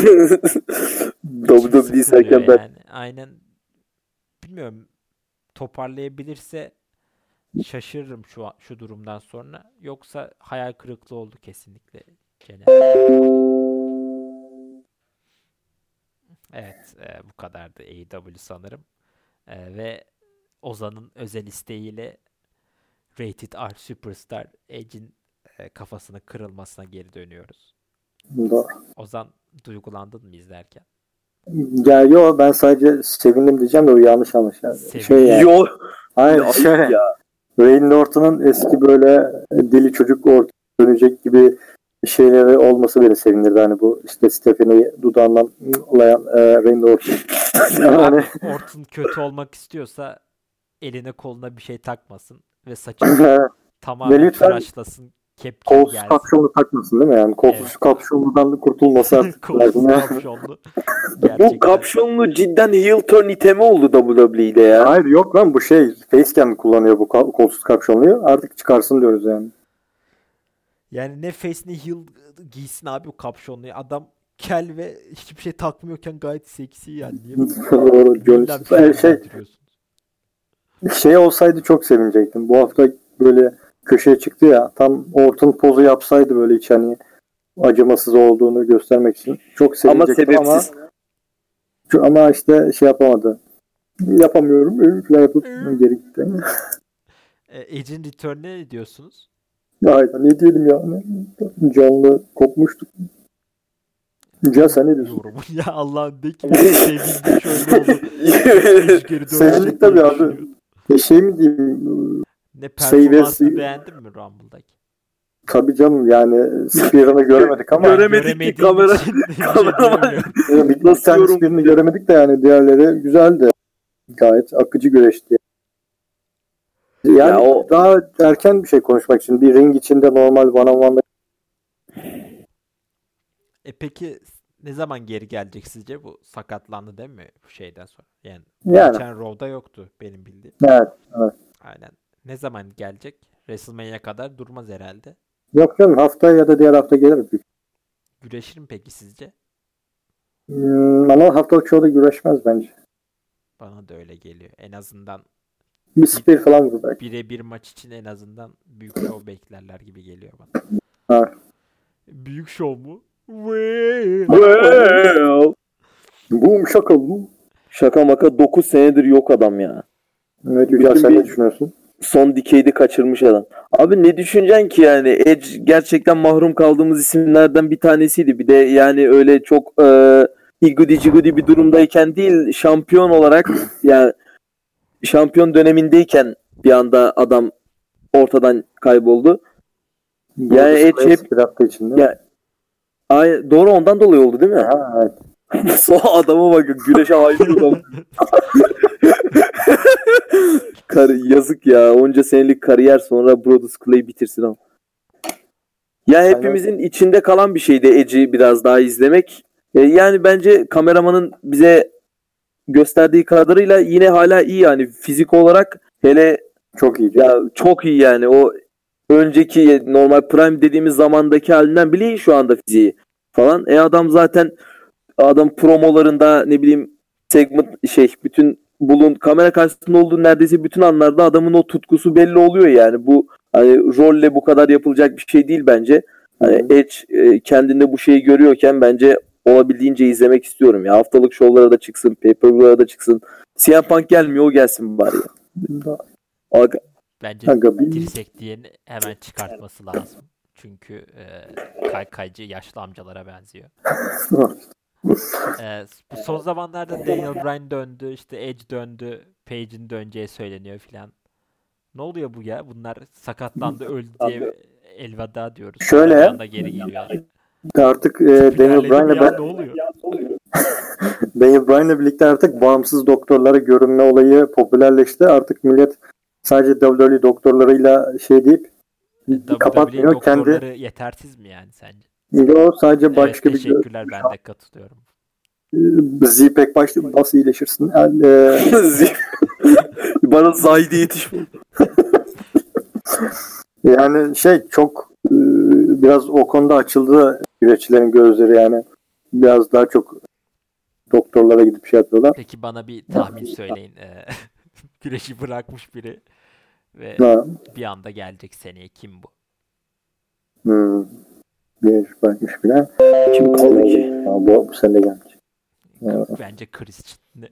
W W E serken ben yani. Aynen bilmiyorum toparlayabilirse şaşırırım şu şu durumdan sonra. Yoksa hayal kırıklığı oldu kesinlikle Cener. Evet, e, bu kadardı A E W sanırım. E, ve Ozan'ın özel isteğiyle Rated R Superstar Edge'in e, kafasının kırılmasına geri dönüyoruz. Doğru. Ozan duygulandın mı izlerken? Ya yo ben sadece sevindim diyeceğim de o yanlış anlamış yani. Sevindim. Şey yani. Yo. Hayır Ya, şöyle. ya. Randy Orton'un eski böyle deli çocuk ortaya dönecek gibi şeyleri olması beni sevindirdi. Hani bu işte Stephanie'yi dudağından olayan e, Randy Orton. Yani Orton kötü olmak istiyorsa eline koluna bir şey takmasın ve saçını tamamen tıraşlasın. Kolsuz kapşonlu takmasın değil mi? Yani kolsuz evet. Kapşonludan kurtulması artık. Kolsuz kapşonlu. Bu kapşonlu cidden heel turn itemi oldu W W E'de ya. Hayır yok lan bu şey facecam kullanıyor bu kolsuz kapşonluyu. Artık çıkarsın diyoruz yani. Yani ne face ne heel giysin abi o kapşonluyu. Adam kel ve hiçbir şey takmıyorken gayet seksi yani. Doğru. şey, şey olsaydı çok sevinecektim. Bu hafta böyle köşeye çıktı ya tam Orton pozu yapsaydı böyle hiç hani acımasız olduğunu göstermek için çok sevinecektim ama sebepsiz. ama, ama işte şey yapamadı. Yapamıyorum. Falan yapıp geri gitti. Edge'in return'e ne diyorsunuz? Hayda ne diyelim ya. Canlı kopmuştuk. Can sen ne diyorsun? Ya Allah'ım ne ki sevindim şöyle oldu. Sevindik tabii abi. E şey mi diyeyim? Ne performansını beğendin mi Rumble'daki? Tabii canım yani Spear'ını göremedik ama. Göremedik ki kamera. Kameraman. Bir tane Spear'ını göremedik de yani diğerleri güzeldi. Gayet akıcı güreşti. Yani ya o daha erken bir şey konuşmak için. Bir ring içinde normal one on one'da. E peki ne zaman geri gelecek sizce? Bu sakatlandı değil mi bu şeyden sonra? Yani, yani. geçen Raw'da yoktu benim bildiğim. Evet, evet. Aynen. Ne zaman gelecek? WrestleMania'ya kadar durmaz herhalde. Yok canım haftaya ya da diğer hafta gelir. Güreşir mi peki sizce? Hmm, ama haftalık show'da güreşmez bence. Bana da öyle geliyor. En azından bir spear falan vurur belki. Birebir maç için en azından büyük show beklerler gibi geliyor bana. Ha. Büyük show mu? Well. well. Boom şaka bu. Şaka maka dokuz senedir yok adam ya. Evet Yücel sen ne düşünüyorsun? Son dikeydi kaçırmış adam. Abi ne düşüneceksin ki yani? Edge gerçekten mahrum kaldığımız isimlerden bir tanesiydi. Bir de yani öyle çok e, igudi cigudi bir durumdayken değil, şampiyon olarak yani şampiyon dönemindeyken bir anda adam ortadan kayboldu. Bu yani Edge hep bir hafta içinde. Ya, ay, doğru ondan dolayı oldu değil mi? Ha, evet. Son adama bakın güreşe ayrılıyor. Kar- yazık ya. Onca senelik kariyer sonra Brodus Clay bitirsin ama. Ya hepimizin yani içinde kalan bir şeydi Edge'i biraz daha izlemek. Ee, yani bence kameramanın bize gösterdiği kadarıyla yine hala iyi yani fizik olarak hele çok iyi. Ya çok iyi yani o önceki normal prime dediğimiz zamandaki halinden bile iyi şu anda fiziği falan. E adam zaten adam promolarında ne bileyim segment şey bütün bulun, kamera karşısında olduğu neredeyse bütün anlarda adamın o tutkusu belli oluyor yani. Bu hani rolle bu kadar yapılacak bir şey değil bence. Hani Edge e, kendinde bu şeyi görüyorken bence olabildiğince izlemek istiyorum ya. Haftalık şovlara da çıksın, pay-per-view'lara da çıksın. C M Punk gelmiyor, o gelsin bari ya. Aga. Bence Aga, dirsek diyeni hemen çıkartması lazım. Çünkü e, kaykaycı yaşlı amcalara benziyor. e, bu son zamanlarda Daniel Bryan döndü, işte Edge döndü, Page'in döneceği söyleniyor filan. Ne oluyor bu ya? Bunlar sakatlandı, öldü diye elveda diyoruz. Şöyle geri geliyor. Artık e, Daniel Bryan'la ben... Daniel Bryan'la birlikte artık bağımsız doktorlara görünme olayı popülerleşti. Artık millet sadece W W E doktorlarıyla şey deyip e, kapatmıyor. Kendi yetersiz mi yani sence? Yok, sadece başka evet, bir... Teşekkürler, ben de katılıyorum. Z-Pack başlı bas iyileşirsin. Yani, e... Bana Zaydi yetişmiyor. Yani şey çok e, biraz o konuda açıldı güreşçilerin gözleri yani. Biraz daha çok doktorlara gidip şey yapıyorlar. Peki bana bir tahmin söyleyin. Ee, güreşi bırakmış biri ve ha. bir anda gelecek seneye kim bu? Hmm. Güreş bırakmış biri. Kim kaldı ki? Ha, bu, bu sene gelmiş. Bence Christian.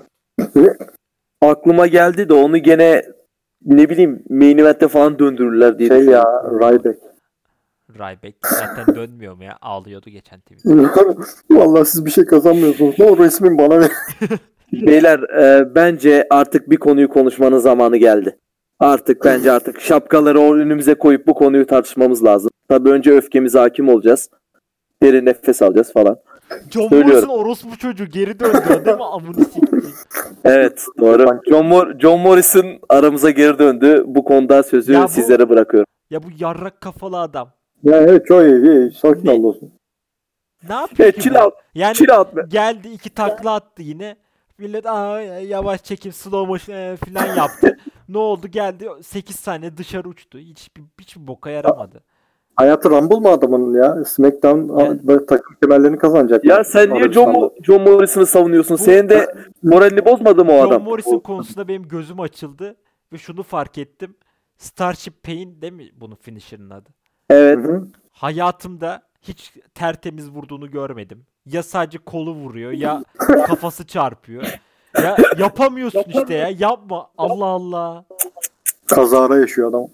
Aklıma geldi de onu gene ne bileyim main event'te falan döndürürler diye şey ya Ryback. Ryback zaten dönmüyor mu ya? Ağlıyordu geçen Twitter'da. Vallahi siz bir şey kazanmıyorsunuz. Ne o resmin bana ver. Beyler e, bence artık bir konuyu konuşmanın zamanı geldi. Artık bence artık şapkaları önümüze koyup bu konuyu tartışmamız lazım. Tabii önce öfkemize hakim olacağız. Derin nefes alacağız falan. John Morrison orospu çocuğu geri döndü değil mi? Amını siktir. Evet doğru. John, Mor- John Morrison aramıza geri döndü. Bu konuda sözü ya bu, sizlere bırakıyorum. Ya bu yarrak kafalı adam. Ya evet çok iyi. iyi. Sakin ol olsun. Ne yapıyor ki chill out. Yani chill out geldi iki takla attı yine. Millet aa yavaş çekim slow motion e, falan yaptı. Ne oldu? Geldi sekiz saniye dışarı uçtu. Hiç hiçbir boka yaramadı. Hayatı Rumble mı adamın ya? SmackDown yani, takım kemerlerini kazanacak. Ya sen niye John, John Morrison'ı savunuyorsun? Bu, Senin de moralini bozmadı mı o John adam? John Morrison konusunda benim gözüm açıldı ve şunu fark ettim. Starship Pain değil mi bunun finisher'ın adı? Evet. Hı-hı. Hayatımda hiç tertemiz vurduğunu görmedim. Ya sadece kolu vuruyor ya kafası çarpıyor. Ya yapamıyorsun işte ya. Yapma. Allah Allah. Kazara yaşıyor adam.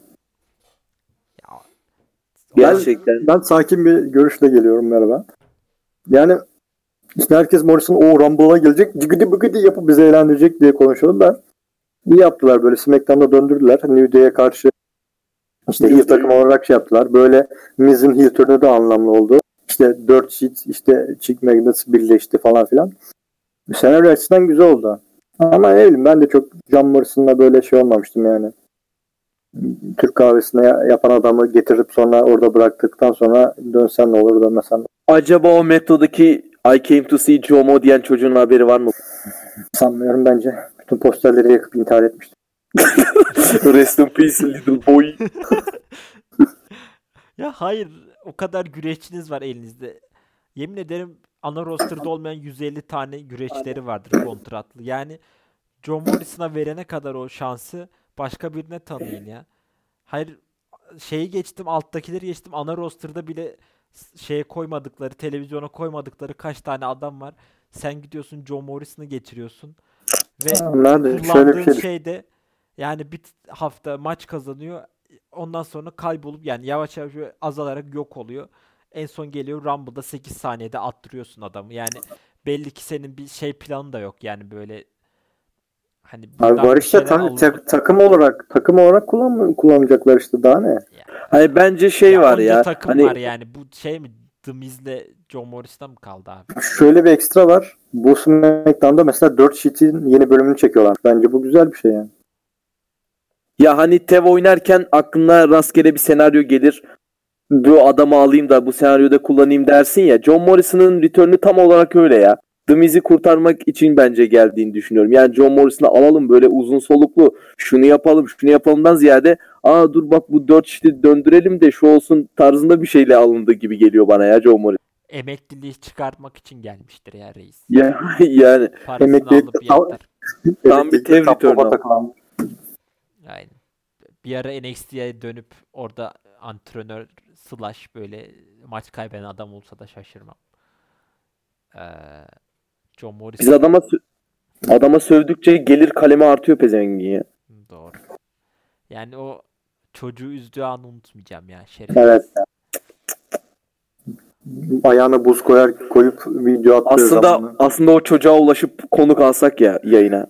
Ya, gerçekten. Ben, ben sakin bir görüşle geliyorum merhaba. Yani işte herkes Morrison o Rumble'a gelecek cıgıdı bıgıdı yapıp bizi eğlendirecek diye konuşuyorlar. İyi yaptılar böyle SmackDown'da döndürdüler. New Day'e karşı işte heel takım olarak şey yaptılar. Böyle Miz'in heel turn'u da anlamlı oldu. İşte dört sheet işte Chick Magnets birleşti falan filan. Senaryo açısından güzel oldu. Ama ne bileyim ben de çok John Morrison'la böyle şey olmamıştım yani. Türk kahvesine yapan adamı getirip sonra orada bıraktıktan sonra dönsen ne olur dönmesen ne olur. Acaba o metodaki I came to see Joe Mo diyen çocuğun haberi var mı? Sanmıyorum bence. Bütün posterleri yakıp intihar etmişti. Rest in peace little boy. Ya hayır. O kadar güreşçiniz var elinizde. Yemin ederim ana roster'da olmayan yüz elli tane güreşçileri vardır kontratlı. Yani John Morrison'a verene kadar o şansı başka birine tanıyın ya. Hayır şeyi geçtim, alttakileri geçtim. Ana roster'da bile şeye koymadıkları, televizyona koymadıkları kaç tane adam var. Sen gidiyorsun John Morrison'ı getiriyorsun. Ve nerede? kullandığın şey... şeyde yani bir hafta maç kazanıyor. Ondan sonra kaybolup yani yavaş yavaş azalarak yok oluyor. En son geliyor Rumble'da sekiz saniyede attırıyorsun adamı. Yani belli ki senin bir şey planın da yok. Yani böyle hani abi var işte ta- ta- takım olarak takım olarak kullan kullanacaklar işte daha ne? Yani. Hayır bence şey ya var ya. takım hani... var yani. Bu şey mi? The Miz'le John Morris'ta mı kaldı abi? Şöyle bir ekstra var. Bu SmackDown'da mesela dört sheet'in yeni bölümünü çekiyorlar. Bence bu güzel bir şey yani. Ya hani Tev oynarken aklına rastgele bir senaryo gelir. Bu adamı alayım da bu senaryoda kullanayım dersin ya. John Morrison'ın return'ü tam olarak öyle ya. The Miz'i kurtarmak için bence geldiğini düşünüyorum. Yani John Morrison'ı alalım böyle uzun soluklu şunu yapalım şunu yapalımdan ziyade aa dur bak bu dört şişti döndürelim de şu olsun tarzında bir şeyle alındı gibi geliyor bana ya John Morrison. Emekliliği çıkartmak için gelmiştir ya reis. Ya, yani. Emeklilik, Tam bir tev return. Aynen. Bir ara N X T'ye dönüp orada antrenör slash böyle maç kaybeden adam olsa da şaşırmam. Ee, John Morris. Biz adama adama sövdükçe gelir kalemi artıyor pezengin ya. Doğru. Yani o çocuğu üzdüğü anı unutmayacağım ya. Şerefsiz. Evet. Ayağına buz koyar koyup video attığı aslında zamanı. Aslında o çocuğa ulaşıp konuk alsak ya yayına.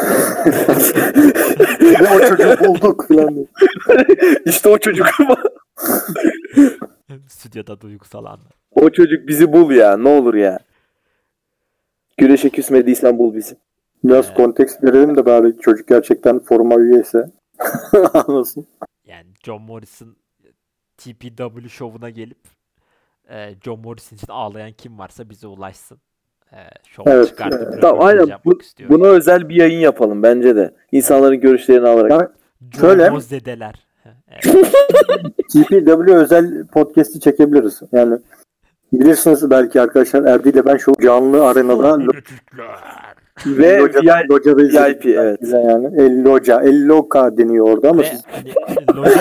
Ve o çocuğu bulduk falan. İşte o çocuk ama. Stüdyoda duygusal anlar. O çocuk bizi bul ya. Ne olur ya. Güreşe küsmediysen bul bizi. Biraz Ee, konteks verelim de bari çocuk gerçekten forma üyeyse. Anlasın. Yani John Morris'in T P W şovuna gelip e, John Morrison için ağlayan kim varsa bize ulaşsın. E, şovu Evet. çıkartıp Tamam, aynen. Bu, buna özel bir yayın yapalım bence de. İnsanların görüşlerini alarak. Yani, John şöyle. Mozedeler. Evet. T P W özel podcast'i çekebiliriz. Yani bilirsiniz belki arkadaşlar, Erdi ile ben şu canlı arenada ve Loca, Loca'da V I P evet. Yani El Loca, El Loca deniyor orada ama ve siz... hani, Loca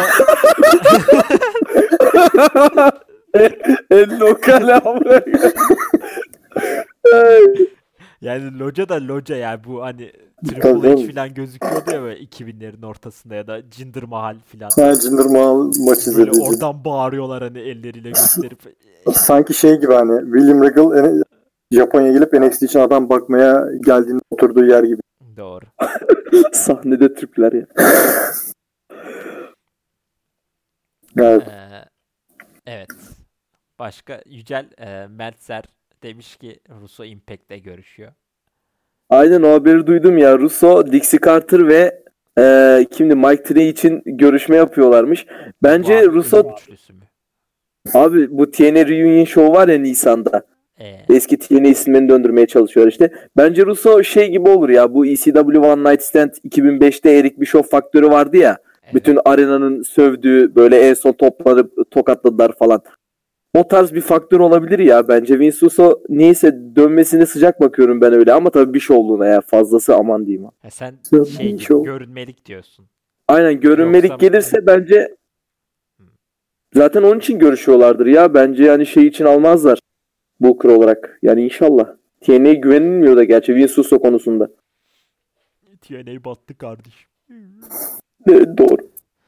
El Loca yani Loca da Loca yani bu hani Triple H falan gözüküyordu ya böyle iki binlerin ortasında ya da Jinder Mahal falan. Ha, Jinder Mahal maçı böyle izledik. oradan bağırıyorlar hani elleriyle gösterip. Sanki şey gibi hani William Regal Japonya'ya gelip N X T için adam bakmaya geldiğinde oturduğu yer gibi. Doğru. Sahnede Türkler ya. Evet. Ee, evet. Başka Yücel e, Meltzer demiş ki Russo Impact'le görüşüyor. Aynen, o haberi duydum ya. Russo, Dixie Carter ve e, kimdi Mike Trey için görüşme yapıyorlarmış. Bence Bu Russo üçlüsü mü? abi bu T N A Reunion Show var ya Nisan'da. Ee, Eski T N A isimlerini döndürmeye çalışıyor işte. Bence Russo şey gibi olur ya. Bu E C W One Night Stand iki bin beşte Eric Bischoff faktörü vardı ya. evet. Bütün arenanın sövdüğü, böyle en son toplanıp tokatladılar falan. O tarz bir faktör olabilir ya bence. Vince Russo neyse dönmesine sıcak bakıyorum ben öyle, ama tabii bir şovluğuna ya, fazlası aman diyeyim. Ha, sen Yok, şey gibi şov. görünmelik diyorsun. Aynen, görünmelik Yoksa- gelirse bence zaten onun için görüşüyorlardır ya. Bence yani şey için almazlar Booker olarak. Yani inşallah. T N A'ye güvenilmiyor da gerçi Vince Russo konusunda. T N A battı kardeşim. Evet, doğru.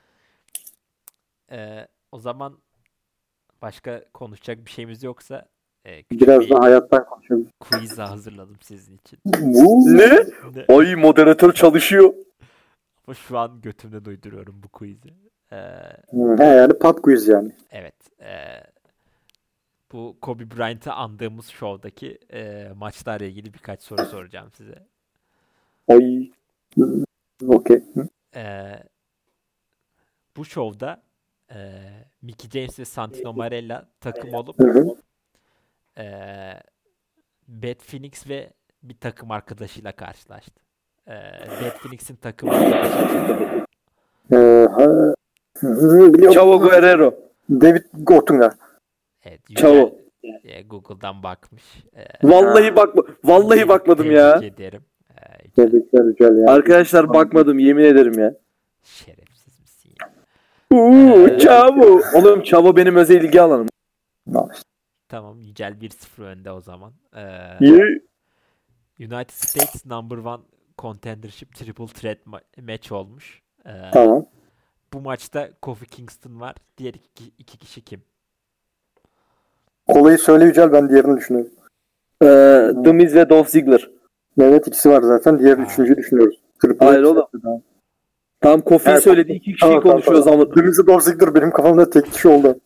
Ee, o zaman başka konuşacak bir şeyimiz yoksa e, küçük Biraz bir da hayattan konuşalım. quiz hazırladım sizin için. Ne? Ne? Ay, moderatör çalışıyor. Ama şu an götümden uyduruyorum bu quiz'i. Ee, He, yani pub quiz yani. evet. E, bu Kobe Bryant'ı andığımız şovdaki e, maçlarla ilgili birkaç soru soracağım size. Ay. Okey. E, bu şovda e, Mickie James ve Santino Marella takım olup Hı hı. e, Beth Phoenix ve bir takım arkadaşıyla karşılaştı. E, Beth Phoenix'in takım arkadaşı kim? Ee, ha, hı hı, biliyorum. Chavo Guerrero. David Gotunga. Evet, Chavo. Yücel, e, Google'dan bakmış. E, Vallahi bakma. Vallahi bakmadım ya. Tebrik ederim. E, Yücel, Tebrikler güzel ya. Arkadaşlar bakmadım, yemin ederim ya. şerefsiz misin ya? Uuu Chavo. Oğlum Chavo benim özel ilgi alanım. Nice. Tamam, Yücel bir sıfır önde o zaman. E, Yeah. United States Number One Contendership Triple Threat ma- match olmuş. E, Tamam. bu maçta Kofi Kingston var. Diğer iki, iki kişi kim? Kolayı söyle Yücel, ben diğerini düşünüyorum. Ee, The Miz ve Dolph Ziggler. Evet, ikisi var zaten. Diğer Ha. üçüncüyü düşünüyoruz. Triple Hayır H. oğlum. Tam Kofi'yi Evet. söyledi. İki kişiyi Tamam, tamam, konuşuyoruz tamam. ama. Kırmızı Dolph Ziggler benim kafamda tek kişi oldu.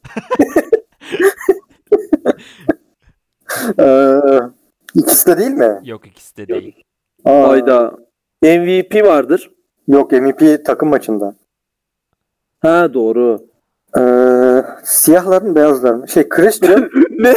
ee, ikisi de değil mi? Yok, ikisi de değil. Aa, Hayda. M V P vardır. Yok, M V P takım maçında. Ha doğru. Ee, siyahlar mı beyazlar mı? Şey, Christian. Ne?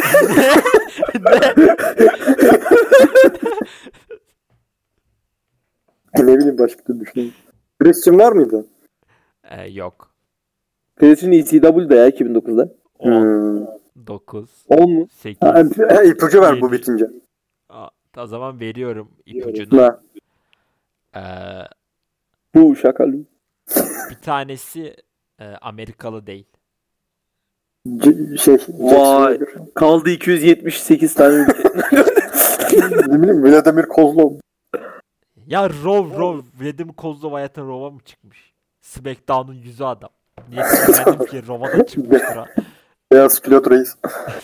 Ne bileyim, başka türlü düşünüyorum. Christian var mıydı? E, yok. Christian E C W'da ya iki bin dokuzda. on, Hmm. dokuz, on mu? sekiz. Ha, ha, ipucu ver bu Yedi. bitince. Aa, o zaman veriyorum ipucunu. Ha. Ee, Bu şakalı. Bir tanesi e, Amerikalı değil. C- şey. Vay. Kaldı iki yüz yetmiş sekiz tane ülke. Ne bileyim Vladimir Kozlov. Ya Raw Raw Vladimir Kozlov hayatın Raw'a mı çıkmış? SmackDown'un yüzü adam. Niye sinirlendim ki Raw'a da çıkmıştır ha. Beyaz pilot reis.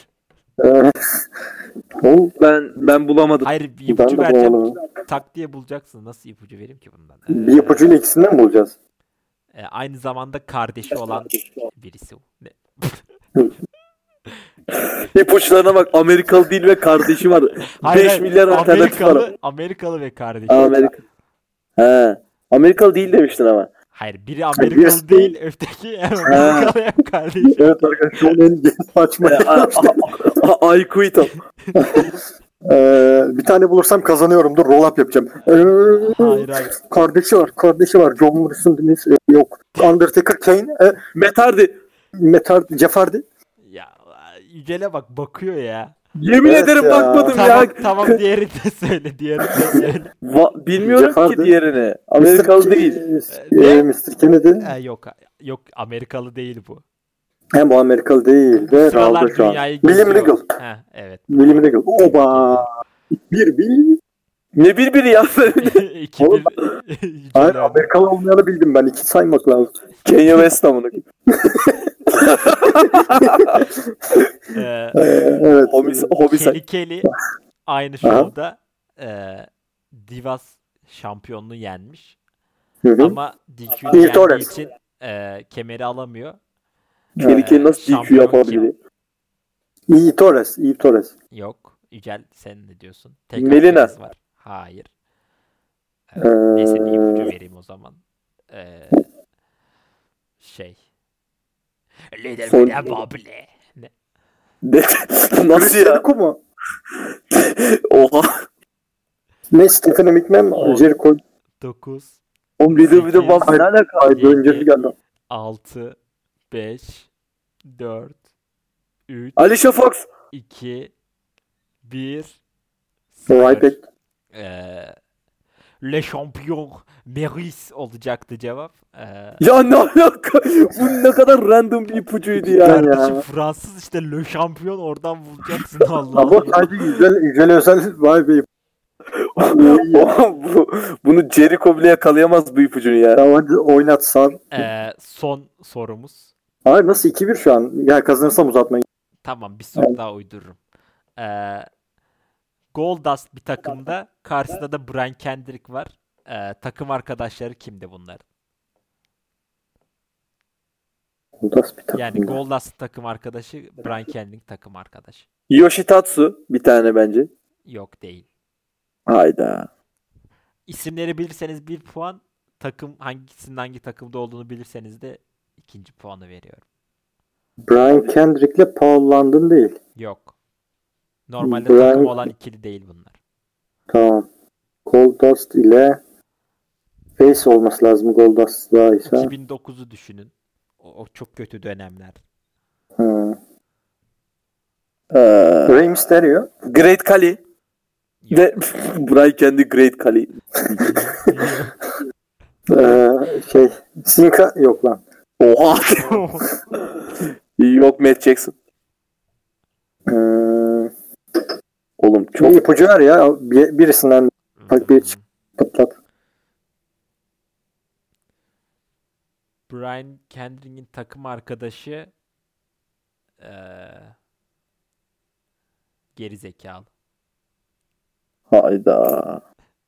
ben ben bulamadım. Hayır bir ipucu vereceğim. Tak diye bulacaksın. Nasıl ipucu vereyim ki bundan? Ee, bir ipucuyla ikisinden mi bulacağız? E, aynı zamanda kardeşi olan birisi. Ne? İpuçlarına bak, Amerikalı değil ve kardeşi var. Hayır, beş milyar alternatif Amerikalı, var. Amerikalı ve kardeşi. Amerika. He. Amerikalı değil demiştin ama. Hayır, biri Amerikalı Yes, değil, öteki hem Amerikalı hem kardeşi. Evet arkadaşlar onun en saçma. I quit. Ee, bir tane bulursam kazanıyorumdur. Roll up yapacağım. Ee, Hayır hayır. Kardeşi var. Kardeşi var. John Morrison Deniz. Ee, yok. Undertaker Kane. E, Matt Hardy. Matt Hardy. Jeff Hardy. Ya Yücel'e bak bakıyor ya. Yemin Evet ederim ya. bakmadım Tamam ya. tamam diğerini de söyle. Diğerini de söyle. Va- bilmiyorum Jeff ki Hardy. diğerini. Amerikalı mister değil. Ne? Ee, mister Kennedy. Ha, yok yok Amerikalı değil bu. Hem o Amerikalı değil de Sıralar Raul'da şu an. dünyayı William geziyor. Regal. Ha, evet. William Regal. Oba. Bir bir. Ne bir biri ya. İki bir. Hayır Amerikalı olmayanı bildim ben. İki saymak lazım. Kanye West amına. Ee, Ee, evet. Hobi, hobi Kelly Kelly aynı şovda e, Divas şampiyonluğu yenmiş. Hı hı. Ama D Q'yu İyi, yendiği Torres. için e, kemeri alamıyor. Kelly Kelly nasıl D Q Şampiyon yapabilir? İyi Torres. İyi Torres. Yok. Yücel sen ne diyorsun? Tek Melina. hakkınız var. Hayır. Evet, Ee, neyse bir ipucu vereyim o zaman. Ee, şey. Lider Son- Son... Bable. Ne? Nasıl ya? Jericho mu? Oha. Ne Stephanie McMahon On. mu? Jericho. dokuz, Oğlum bir de bir de Sekiz. bak ne alaka? Ay öncesi geldi. altı, beş, dört, üç, Alicia Fox. iki, bir, Right back. Ee, Le Champion Meris olacaktı cevap. Ee, Ya ne alaka? Bu ne kadar random bir ipucuydu ya. kardeşim ya. Fransız işte Le Champion oradan bulacaksın Allah Ama Allah. sadece güzel, güzel özel vay be. Oğlum bu, bunu Jericho bile yakalayamaz bu ipucunu ya. Tamam hadi oynat sar. Ee, son sorumuz. Hayır nasıl iki bir şu an? Ya kazanırsam uzatmayın. Tamam bir soru daha uydururum. Ee, Goldust bir takımda, karşısında da Brian Kendrick var. Ee, takım arkadaşları kimdi bunlar? Goldust bir takım. Yani Goldust takım arkadaşı, Brian Kendrick takım arkadaşı. Yoshitatsu bir tane bence. Yok değil. Hayda. İsimleri bilirseniz bir puan, takım hangisinin hangi takımda olduğunu bilirseniz de ikinci puanı veriyorum. Brian Kendrick'le Paul London değil. Yok. Normalde Brian- takım olan ikili değil bunlar. Tamam. Goldust ile Face olması lazım Goldust daha ise. iki bin dokuzu düşünün. O, o çok kötü dönemler. Hmm. Ee, Rey Mysterio. Great Khali. Yok. Ve Brian kendi Great Khali. Ee, şey Sinka yok lan. Oha. Yok Matt Jackson. Ee, Oğlum bir çok ipucu var ya bir, birisinden bak bir çık- patlat. Brian Kendrick'in takım arkadaşı eee geri zekalı. hayda.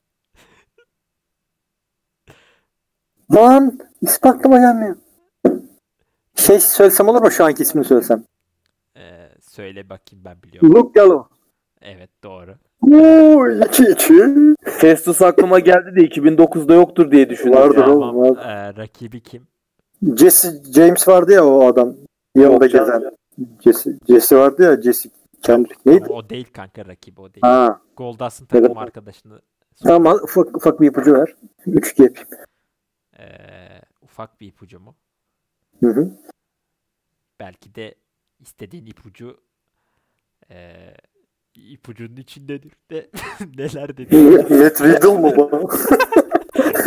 Lan ismi aklıma gelmiyor. Şey söylesem olur mu şu anki ismini söylesem? Eee, söyle bakayım ben biliyorum. Luke Gallows. Evet doğru. Ooo iki iki. Festus aklıma geldi de iki bin dokuzda yoktur diye düşündüm. Vardır ya. oğlum. Tamam. var. Eee, rakibi kim? Jesse James vardı ya o adam. Yanında Yok canım. gezen. Jesse, Jesse vardı ya Jesse Kendrick neydi? O, o değil kanka rakibi o değil. Ha. Goldust'ın takım Evet. arkadaşını Tamam ufak, ufak bir ipucu ver. üç iki yapayım. eee, ufak bir ipucu mu? Hı hı. Belki de istediğin ipucu eee ipucunun içindedir de neler dedi. Matt Riddle mu bu?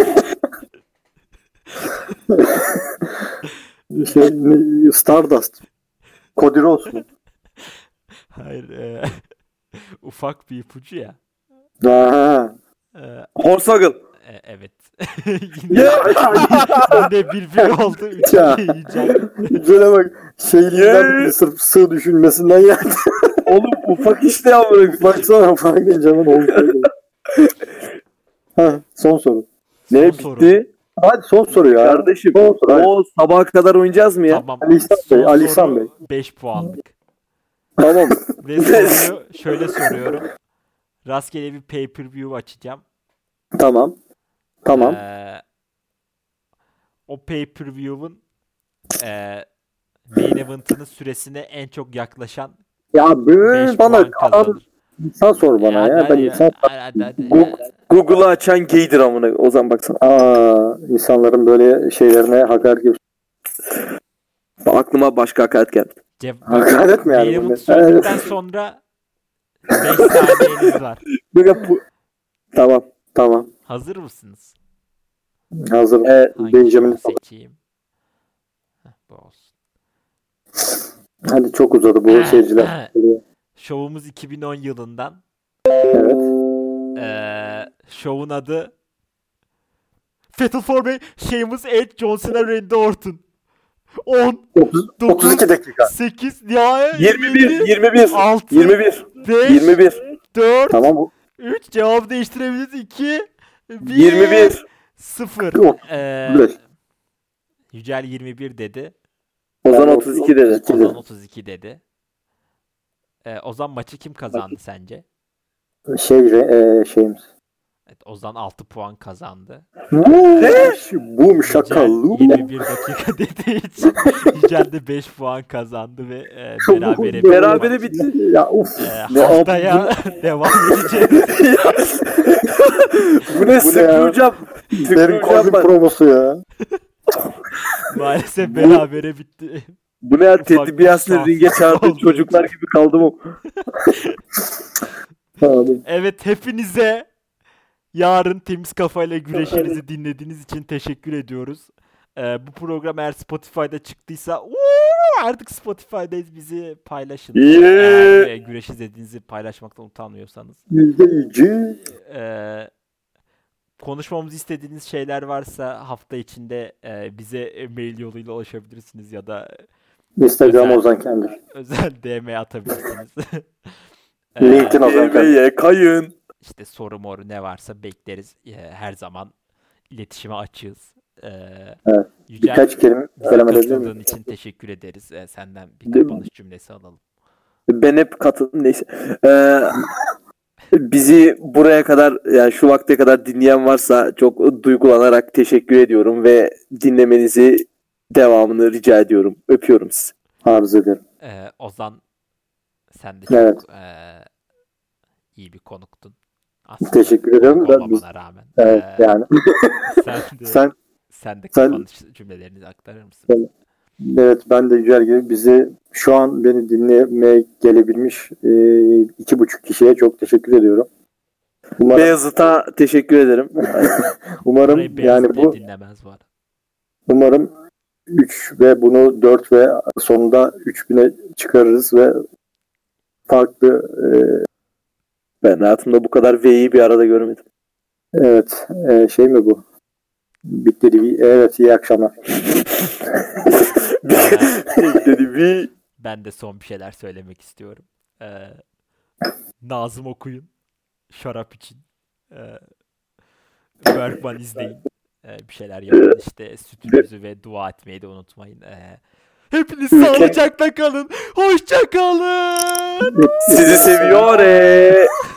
şey, Stardust. Cody Rhodes mu? Hayır. E, ufak bir ipucu ya. Aha. E, Hornswoggle. e, evet. yine, yine bir bir oldu. Üç Ya. iki yiyeceğim. Şöyle bak. Şeyliğinden Yeah. sırf sığ düşünmesinden yani. Oğlum ufak işte ya. Baksana ufak canın oldu. Ha, son soru. Ne Son soru. bitti? Hadi son soru ya. Kardeşim Son soru. hadi. o sabaha kadar oynayacağız mı ya? Tamam. Ali İhsan Bey, Son Ali İhsan soru Bey. beş puanlık. Tamam. Ve soruyu şöyle soruyorum. Rastgele bir pay-per-view açacağım. Tamam. Tamam. Ee, o pay-per-view'un e, main event'ının süresine en çok yaklaşan Ya beş böyle bana puan kazanır. insan sor bana ya. Hadi, Ben hadi, insan hadi, hadi, hadi. Google- Google'ı açan gaydir amına. O zaman baksana. Aa, insanların böyle şeylerine hakaret gibi. Aklıma başka hakaret geldi. Cev- Hakaret mi yani main bu? event söyledikten sonra beş saniyeniz var. Böyle pu- tamam. Tamam. Hazır mısınız? Hazır. Evet. Hangi Benjamin'i şovu seçeyim? Heh, bu olsun. Hadi çok uzadı bu seyirciler. Şovumuz iki bin on yılından. Evet. Ee, şovun adı Fatal four Way Sheamus, Edge, John Cena, Randy Orton. on, otuz, dokuz, otuz iki dakika. sekiz, nihayet yirmi bir, yirmi bir, altı, yirmi bir, beş, yirmi bir, dört, Tamam bu. üç, cevabı değiştirebiliriz. iki, bir, yirmi bir. sıfır. Yok, Ee, beş. Yücel yirmi bir dedi. Ozan otuz iki dedi. Ozan otuz iki dedi. Ee, Ozan maçı kim kazandı sence? Şey e, şeyimiz. Evet, Ozan altı puan kazandı. Ne? Bum Yücel şakalı. yirmi bir dakika dediği için Yücel de beş puan kazandı ve e, berabere bitti. Berabere bitti. Ya uf. E, Ne haftaya devam edeceğiz. Bu ne sıkılacağım. Benim Sıkılacağım Corbin ben. promosu ya. Maalesef berabere bitti. Bu ne ya? Ufak Teddy bir Bias'ın şans ringe çağırdığı oldu. çocuklar gibi kaldım o. Tamam. Evet, hepinize yarın temiz kafayla güreşinizi dinlediğiniz için teşekkür ediyoruz. Ee, bu program eğer Spotify'da çıktıysa uuu, artık Spotify'dayız, bizi paylaşın. Yeah. Eğer e, güreş izlediğinizi paylaşmaktan utanmıyorsanız. İzleyici. Ee, konuşmamızı istediğiniz şeyler varsa hafta içinde e, bize mail yoluyla ulaşabilirsiniz ya da Instagram Özel. Ozan Kendir. özel D M atabilirsiniz. LinkedIn Ee, Ozan Kendir. Yemeğe kayın. işte soru moru ne varsa bekleriz. Ee, her zaman iletişime açığız. Ee, Evet. Yücel, Birkaç kelime bize selam edebilir katıldığın miyim? için teşekkür ederiz. Ee, senden bir Değil mi? kapanış cümlesi alalım. Ben hep katıldım neyse. Ee, bizi buraya kadar yani şu vakte kadar dinleyen varsa çok duygulanarak teşekkür ediyorum ve dinlemenizi devamını rica ediyorum. Öpüyorum sizi. Arz ederim. Ee, Ozan, sen de çok Evet. e, iyi bir konuktun. Aslında Teşekkür ederim. Ben biz, olmamana rağmen. evet Ee, yani. sen de, Sen sen de sen- kapanış cümlelerini aktarır mısın? Ben- evet ben de Yücel gibi bizi şu an beni dinlemeye gelebilmiş e, iki buçuk kişiye çok teşekkür ediyorum. Umarım, Beyazıt'a teşekkür ederim. umarım Burayı Beyazıt yani bile bu dinlemez bu arada. umarım üç ve bunu dört ve sonunda üç bine çıkarırız ve farklı e, Ben hayatımda bu kadar V'yi bir arada görmedim. evet e, şey mi bu? Bitti değil. Evet iyi akşamlar. Dedi V. Ben de son bir şeyler söylemek istiyorum. Ee, Nazım okuyun. Şarap için. Ee, Bergman izleyin. Ee, bir şeyler yapın. İşte sütünüzü ve dua etmeyi de unutmayın. Ee, hepiniz sağlıcakla kalın. Hoşça kalın. Sizi seviyor.